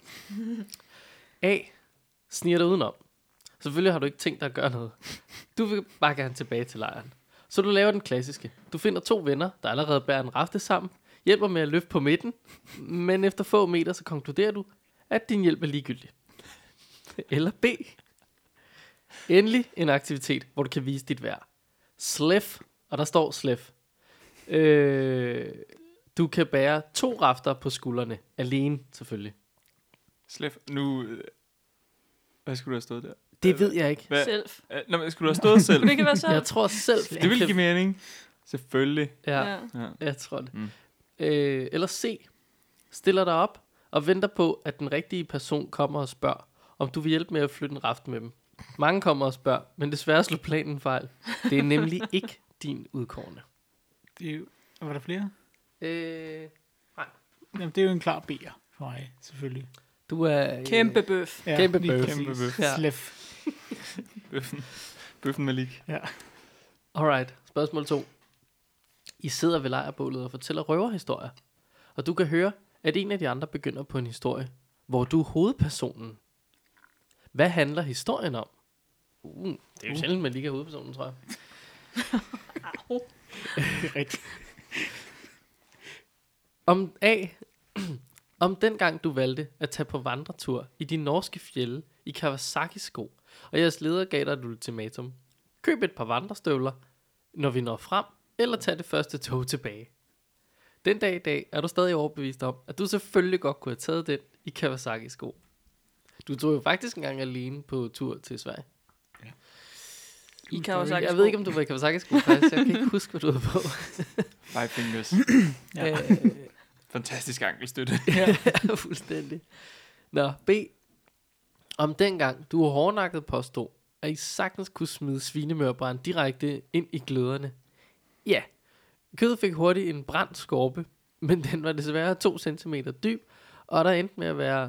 A. Sniger dig udenom. Selvfølgelig har du ikke tænkt dig at gøre noget. Du vil bare gerne tilbage til lejren. Så du laver den klassiske. Du finder 2 venner, der allerede bærer en rafte sammen, hjælper med at løfte på midten, men efter få meter, så konkluderer du, at din hjælp er ligegyldig. Eller B. Endelig en aktivitet, hvor du kan vise dit værd. Slef, og der står slef. Du kan bære 2 rafter på skuldrene. Alene, selvfølgelig. Slef. Nu... Hvad skulle du have stået der? Det ved jeg ikke. Selv. Nå, men skulle du have stået selv? Det kan være selv. Jeg tror selv... Det vil give mening. Selvfølgelig. Ja, Ja. jeg tror det. Mm. Eller C. Stiller dig op og venter på, at den rigtige person kommer og spørger, om du vil hjælpe med at flytte en raft med dem. Mange kommer og spørger, men desværre slår planen fejl. Det er nemlig ikke din udkårne. Det er jo, var der flere? Nej. Jamen, det er jo en klar B'er for mig, selvfølgelig. Du er... Kæmpe bøf. Kæmpe lige bøf. præcis. Kæmpe bøf. Ja. Slef. Bøffen Malik. Ja. Alright, spørgsmål 2. I sidder ved lejrbålet og fortæller røverhistorier. Og du kan høre, at en af de andre begynder på en historie, hvor du er hovedpersonen. Hvad handler historien om? Det er jo sjældent, man lige er hovedpersonen, tror jeg. Det er rigtigt. Om dengang du valgte at tage på vandretur i de norske fjelde i Kawasaki-sko, og jeres leder gav dig et ultimatum. Køb et par vandrestøvler, når vi når frem, eller tag det første tog tilbage. Den dag i dag er du stadig overbevist om, at du selvfølgelig godt kunne have taget den i Kawasaki-sko. Du tog jo faktisk engang alene på tur til Sverige. I Kawasaki. Jeg ved ikke, om du var i Kawasaki-sko, faktisk. Jeg kan ikke huske, hvad du var på. 5 fingers. Ja. Fantastisk ankelstøtte. Ja, fuldstændig. Nå, B. Om dengang du hårdnakket påstod, at I sagtens kunne smide svinemørbrand direkte ind i gløderne. Ja, kødet fik hurtigt en brændt skorpe, men den var desværre 2 cm dyb, og der endte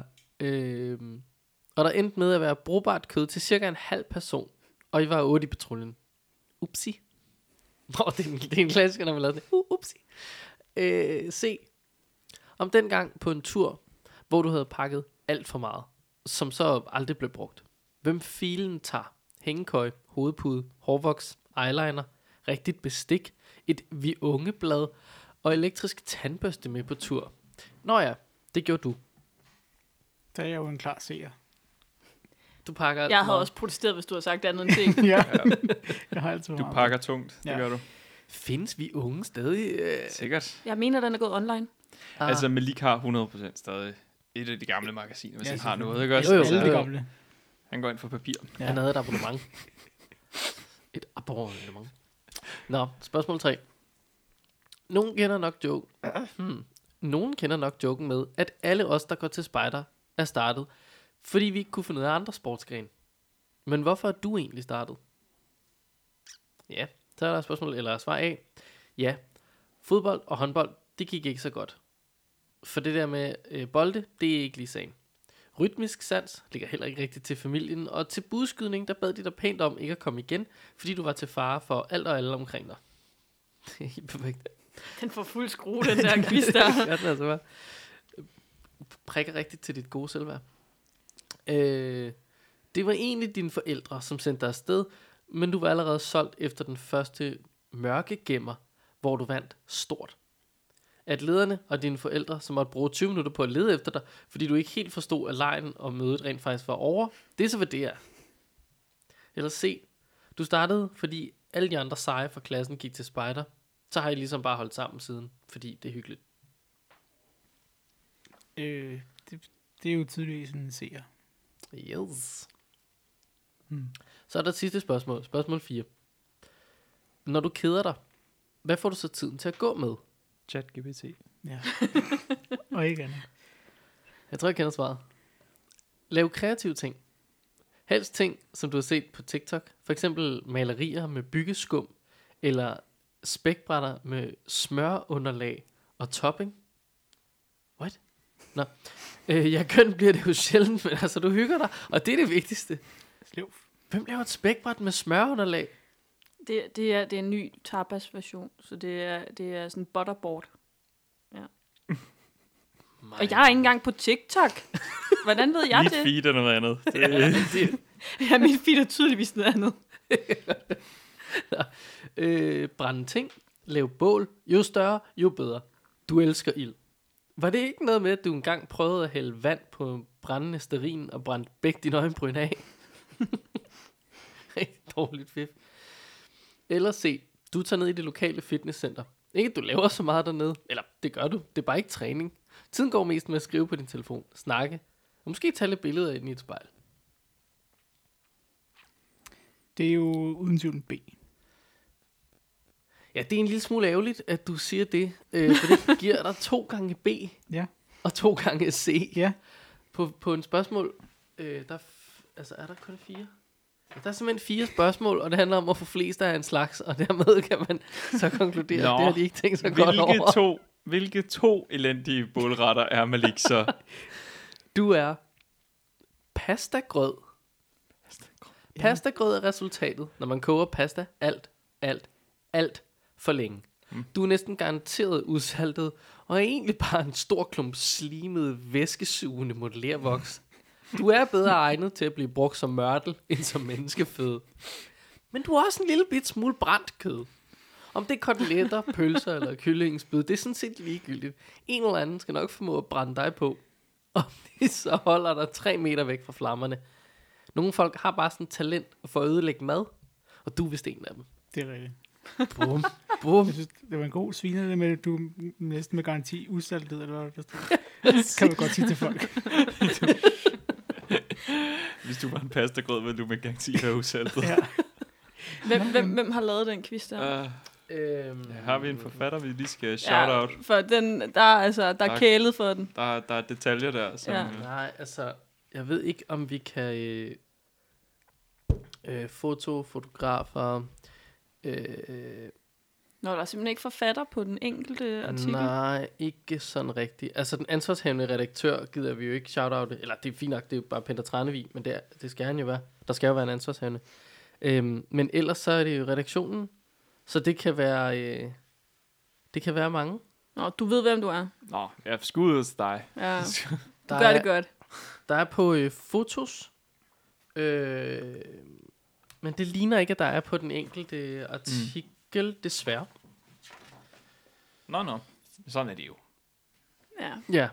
med at være brugbart kød til cirka en halv person, og I var 8 i patruljen. Upsi. Nå, det er en klassiker, når man laver sådan upsi. C. Om dengang på en tur, hvor du havde pakket alt for meget, som så aldrig blev brugt. Hvem filen tager hængekøj, hovedpude, hårvoks, eyeliner, rigtigt bestik, et vi unge blad og elektrisk tandbørste med på tur. Nå ja, det gjorde du. Der er jeg jo en klar seer. Du pakker alt Jeg for havde meget. også protesteret, hvis du havde sagt andet end ting. Ja. Jeg har altid Du meget. pakker tungt. Det Ja. gør du. Findes vi unge stadig? Sikkert. Jeg mener, den er gået online. Altså, Malik har 100% stadig et af de gamle magasiner, hvis Ja, han har selvfølgelig. noget. Ikke også? Jo, jo. Altså, Alle de gamle. han går ind for papir. Ja. Han havde et abonnement. Et abonnement. Nå, spørgsmål 3. Nogen kender nok joken med, at alle os, der går til spejder, er startet, fordi vi ikke kunne finde ud af andre sportsgrene. Men hvorfor er du egentlig startet? Ja, så er der et spørgsmål, eller svar A. Ja, fodbold og håndbold, det gik ikke så godt. For det der med bolde, det er ikke lige sagen. Rytmisk sans ligger heller ikke rigtigt til familien, og til budskydning, der bad de dig pænt om ikke at komme igen, fordi du var til fare for alt og alle omkring dig. Det er helt perfekt. Den får fuld skrue, den der quiz der. Ja, den altså bare prikker rigtigt til dit gode selvværd. Det var egentlig dine forældre, som sendte dig afsted, men du var allerede solgt efter den første mørkegemmer, hvor du vandt stort. At lederne og dine forældre, som måtte bruge 20 minutter på at lede efter dig, fordi du ikke helt forstod, at lejen og mødet rent faktisk var over, det er så, hvad det er. Eller C. Du startede, fordi alle de andre seje fra klassen gik til spejder. Så har I ligesom bare holdt sammen siden, fordi det er hyggeligt. Det er jo tydeligvis en seer. Yes. Så er der et sidste spørgsmål. Spørgsmål 4. Når du keder dig, hvad får du så tiden til at gå med? ChatGPT. Ja. Og ikke andet. Jeg tror, jeg kender svaret. Lav kreative ting. Helst ting, som du har set på TikTok. For eksempel malerier med byggeskum, eller spækbrætter med smørunderlag og topping. What? Nå. Jeg køn bliver det jo sjældent, men altså du hygger dig, og det er det vigtigste. Sløv. Hvem laver et spækbræt med smørunderlag? Det er en ny tapas-version, så det er sådan butterboard. Ja. Og jeg er ikke engang på TikTok. Hvordan ved jeg Mit det? feed er noget andet. Ja, mit feed er tydeligvis noget andet. Brænde ting, lave bål, jo større, jo bedre. Du elsker ild. Var det ikke noget med, at du engang prøvede at hælde vand på brændende stearin og brændte begge dine øjenbryn af? Rigtig dårligt fif. Eller se, du tager ned i det lokale fitnesscenter. Ikke at du laver så meget dernede. Eller det gør du, det er bare ikke træning. Tiden går mest med at skrive på din telefon, snakke, og måske tage lidt billeder ind i et spejl. Det er jo uden tvivl en B. Ja, det er en lille smule ærgerligt, at du siger det, for det giver dig 2 gange B Ja. og 2 gange C. Ja. På en spørgsmål, altså er der kun 4? Der er simpelthen 4 spørgsmål, og det handler om at få flest af en slags, og dermed kan man så konkludere, at det har de ikke tænkt sig godt over. Hvilke to elendige bålretter er Malik så? Du er pastagrød. Pastagrød er resultatet, når man koger pasta alt for længe. Du er næsten garanteret udsaltet, og er egentlig bare en stor klump slimet, væskesugende modellervoks. Du er bedre egnet til at blive brugt som mørtel, end som menneskeføde. Men du er også en lille bit smule brændt kød. Om det er koteletter, pølser eller kyllingesbid, det er sådan set ligegyldigt. En eller anden skal nok formå at brænde dig på. Og det så holder dig 3 meter væk fra flammerne. Nogle folk har bare sådan et talent for at ødelægge mad, og du er vist en af dem. Det er rigtigt. Bum. Jeg synes, det var en god sviner, det med, at du er næsten med garanti usaltet, eller hvad der står. Kan man godt sige til folk. Hvis du var en pastagrød, ville du med garanti være usaltet. Ja. Hvem har lavet den quiz der? Har vi en forfatter, vi lige skal shout out? For den, der er kælet for den. Der er detaljer der. Som, Ja. Nej, altså, jeg ved ikke, om vi kan fotografer. Nå, der er simpelthen ikke forfatter på den enkelte artikel. Nej, ikke sådan rigtigt. Altså, den ansvarshavende redaktør gider vi jo ikke shout-out. Eller det er fint nok, det er jo bare Peter Tranevig, men det skal han jo være. Der skal jo være en ansvarshavende. Men ellers så er det jo redaktionen, så det kan være mange. Nå, du ved, hvem du er. Nå, jeg er skudt hos dig. Ja, du gør det godt. Der er på fotos, men det ligner ikke, at der er på den enkelte artikel, desværre. Nå. Sådan er det jo. Ja. Ja.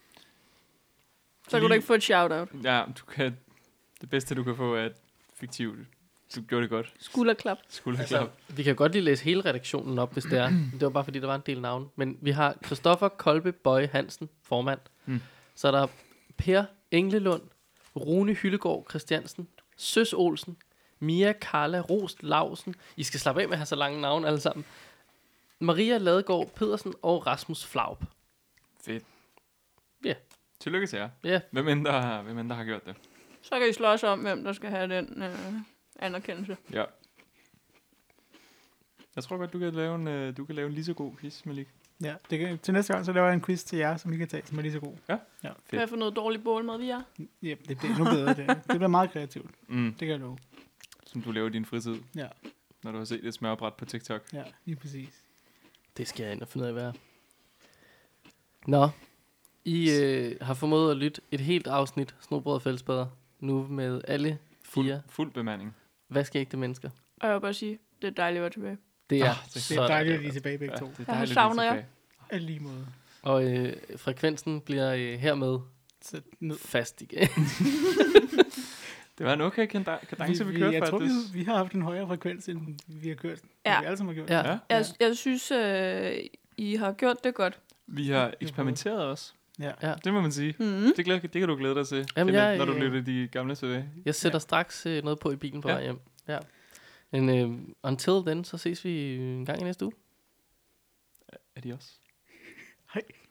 Så kan du ikke få et shout-out. Ja, det bedste, du kan få er et fiktivt. Du gjorde det godt. Skulderklap. Skulderklap. Vi kan godt lige læse hele redaktionen op, hvis det er. Det var bare fordi, der var en del navn. Men vi har Christoffer Kolbe Bøje Hansen, formand. Så er der Per Englelund, Rune Hyllegaard Christiansen, Søs Olsen, Mia Carla Rost Lausen. I skal slappe af med at have så lange navne alle sammen. Maria Ladegaard Pedersen og Rasmus Flaup. Fedt. Ja. Tillykke til jer. Ja. Hvem end der har gjort det. Så kan I slås om, hvem der skal have den anerkendelse. Ja. Jeg tror godt, du kan lave en lige så god quiz, Malik. Ja, til næste gang, så laver jeg en quiz til jer, som I kan tage, som er lige så god. Ja. Hvad er for noget dårligt bålmad, vi er? Ja, det bliver endnu bedre. Det bliver meget kreativt. Det kan jeg love. Som du laver i din fritid. Ja. Når du har set et smørbræt på TikTok. Ja, lige præcis. Det skal jeg ind og finde ud af, hvad er. Nå, I har formået at lytte et helt afsnit Snobrød og Fællesbader. Nu med alle 4 Fuld bemanding. vaskeægte mennesker. Og jeg vil bare sige, det er dejligt at være tilbage. Det er, Det er dejligt, at I er tilbage begge to. Det er Jeg dejligt, savner at I er jer. tilbage. Af lige måde. Og frekvensen bliver hermed Så ned. fast igen. Det var en okay kadence, vi kørte jeg tror, faktisk. vi har haft en højere frekvens, end vi har kørt. Ja. Vi alle sammen har gjort. Ja. Ja. Jeg synes, I har gjort det godt. Vi har eksperimenteret også. Ja. Det må man sige. Det kan du glæde dig til, Jamen, Kenneth, når du lytter de gamle tilbage. Jeg sætter straks noget på i bilen på vej hjem. Ja. Men until then, så ses vi en gang i næste uge. Er de også? Hej.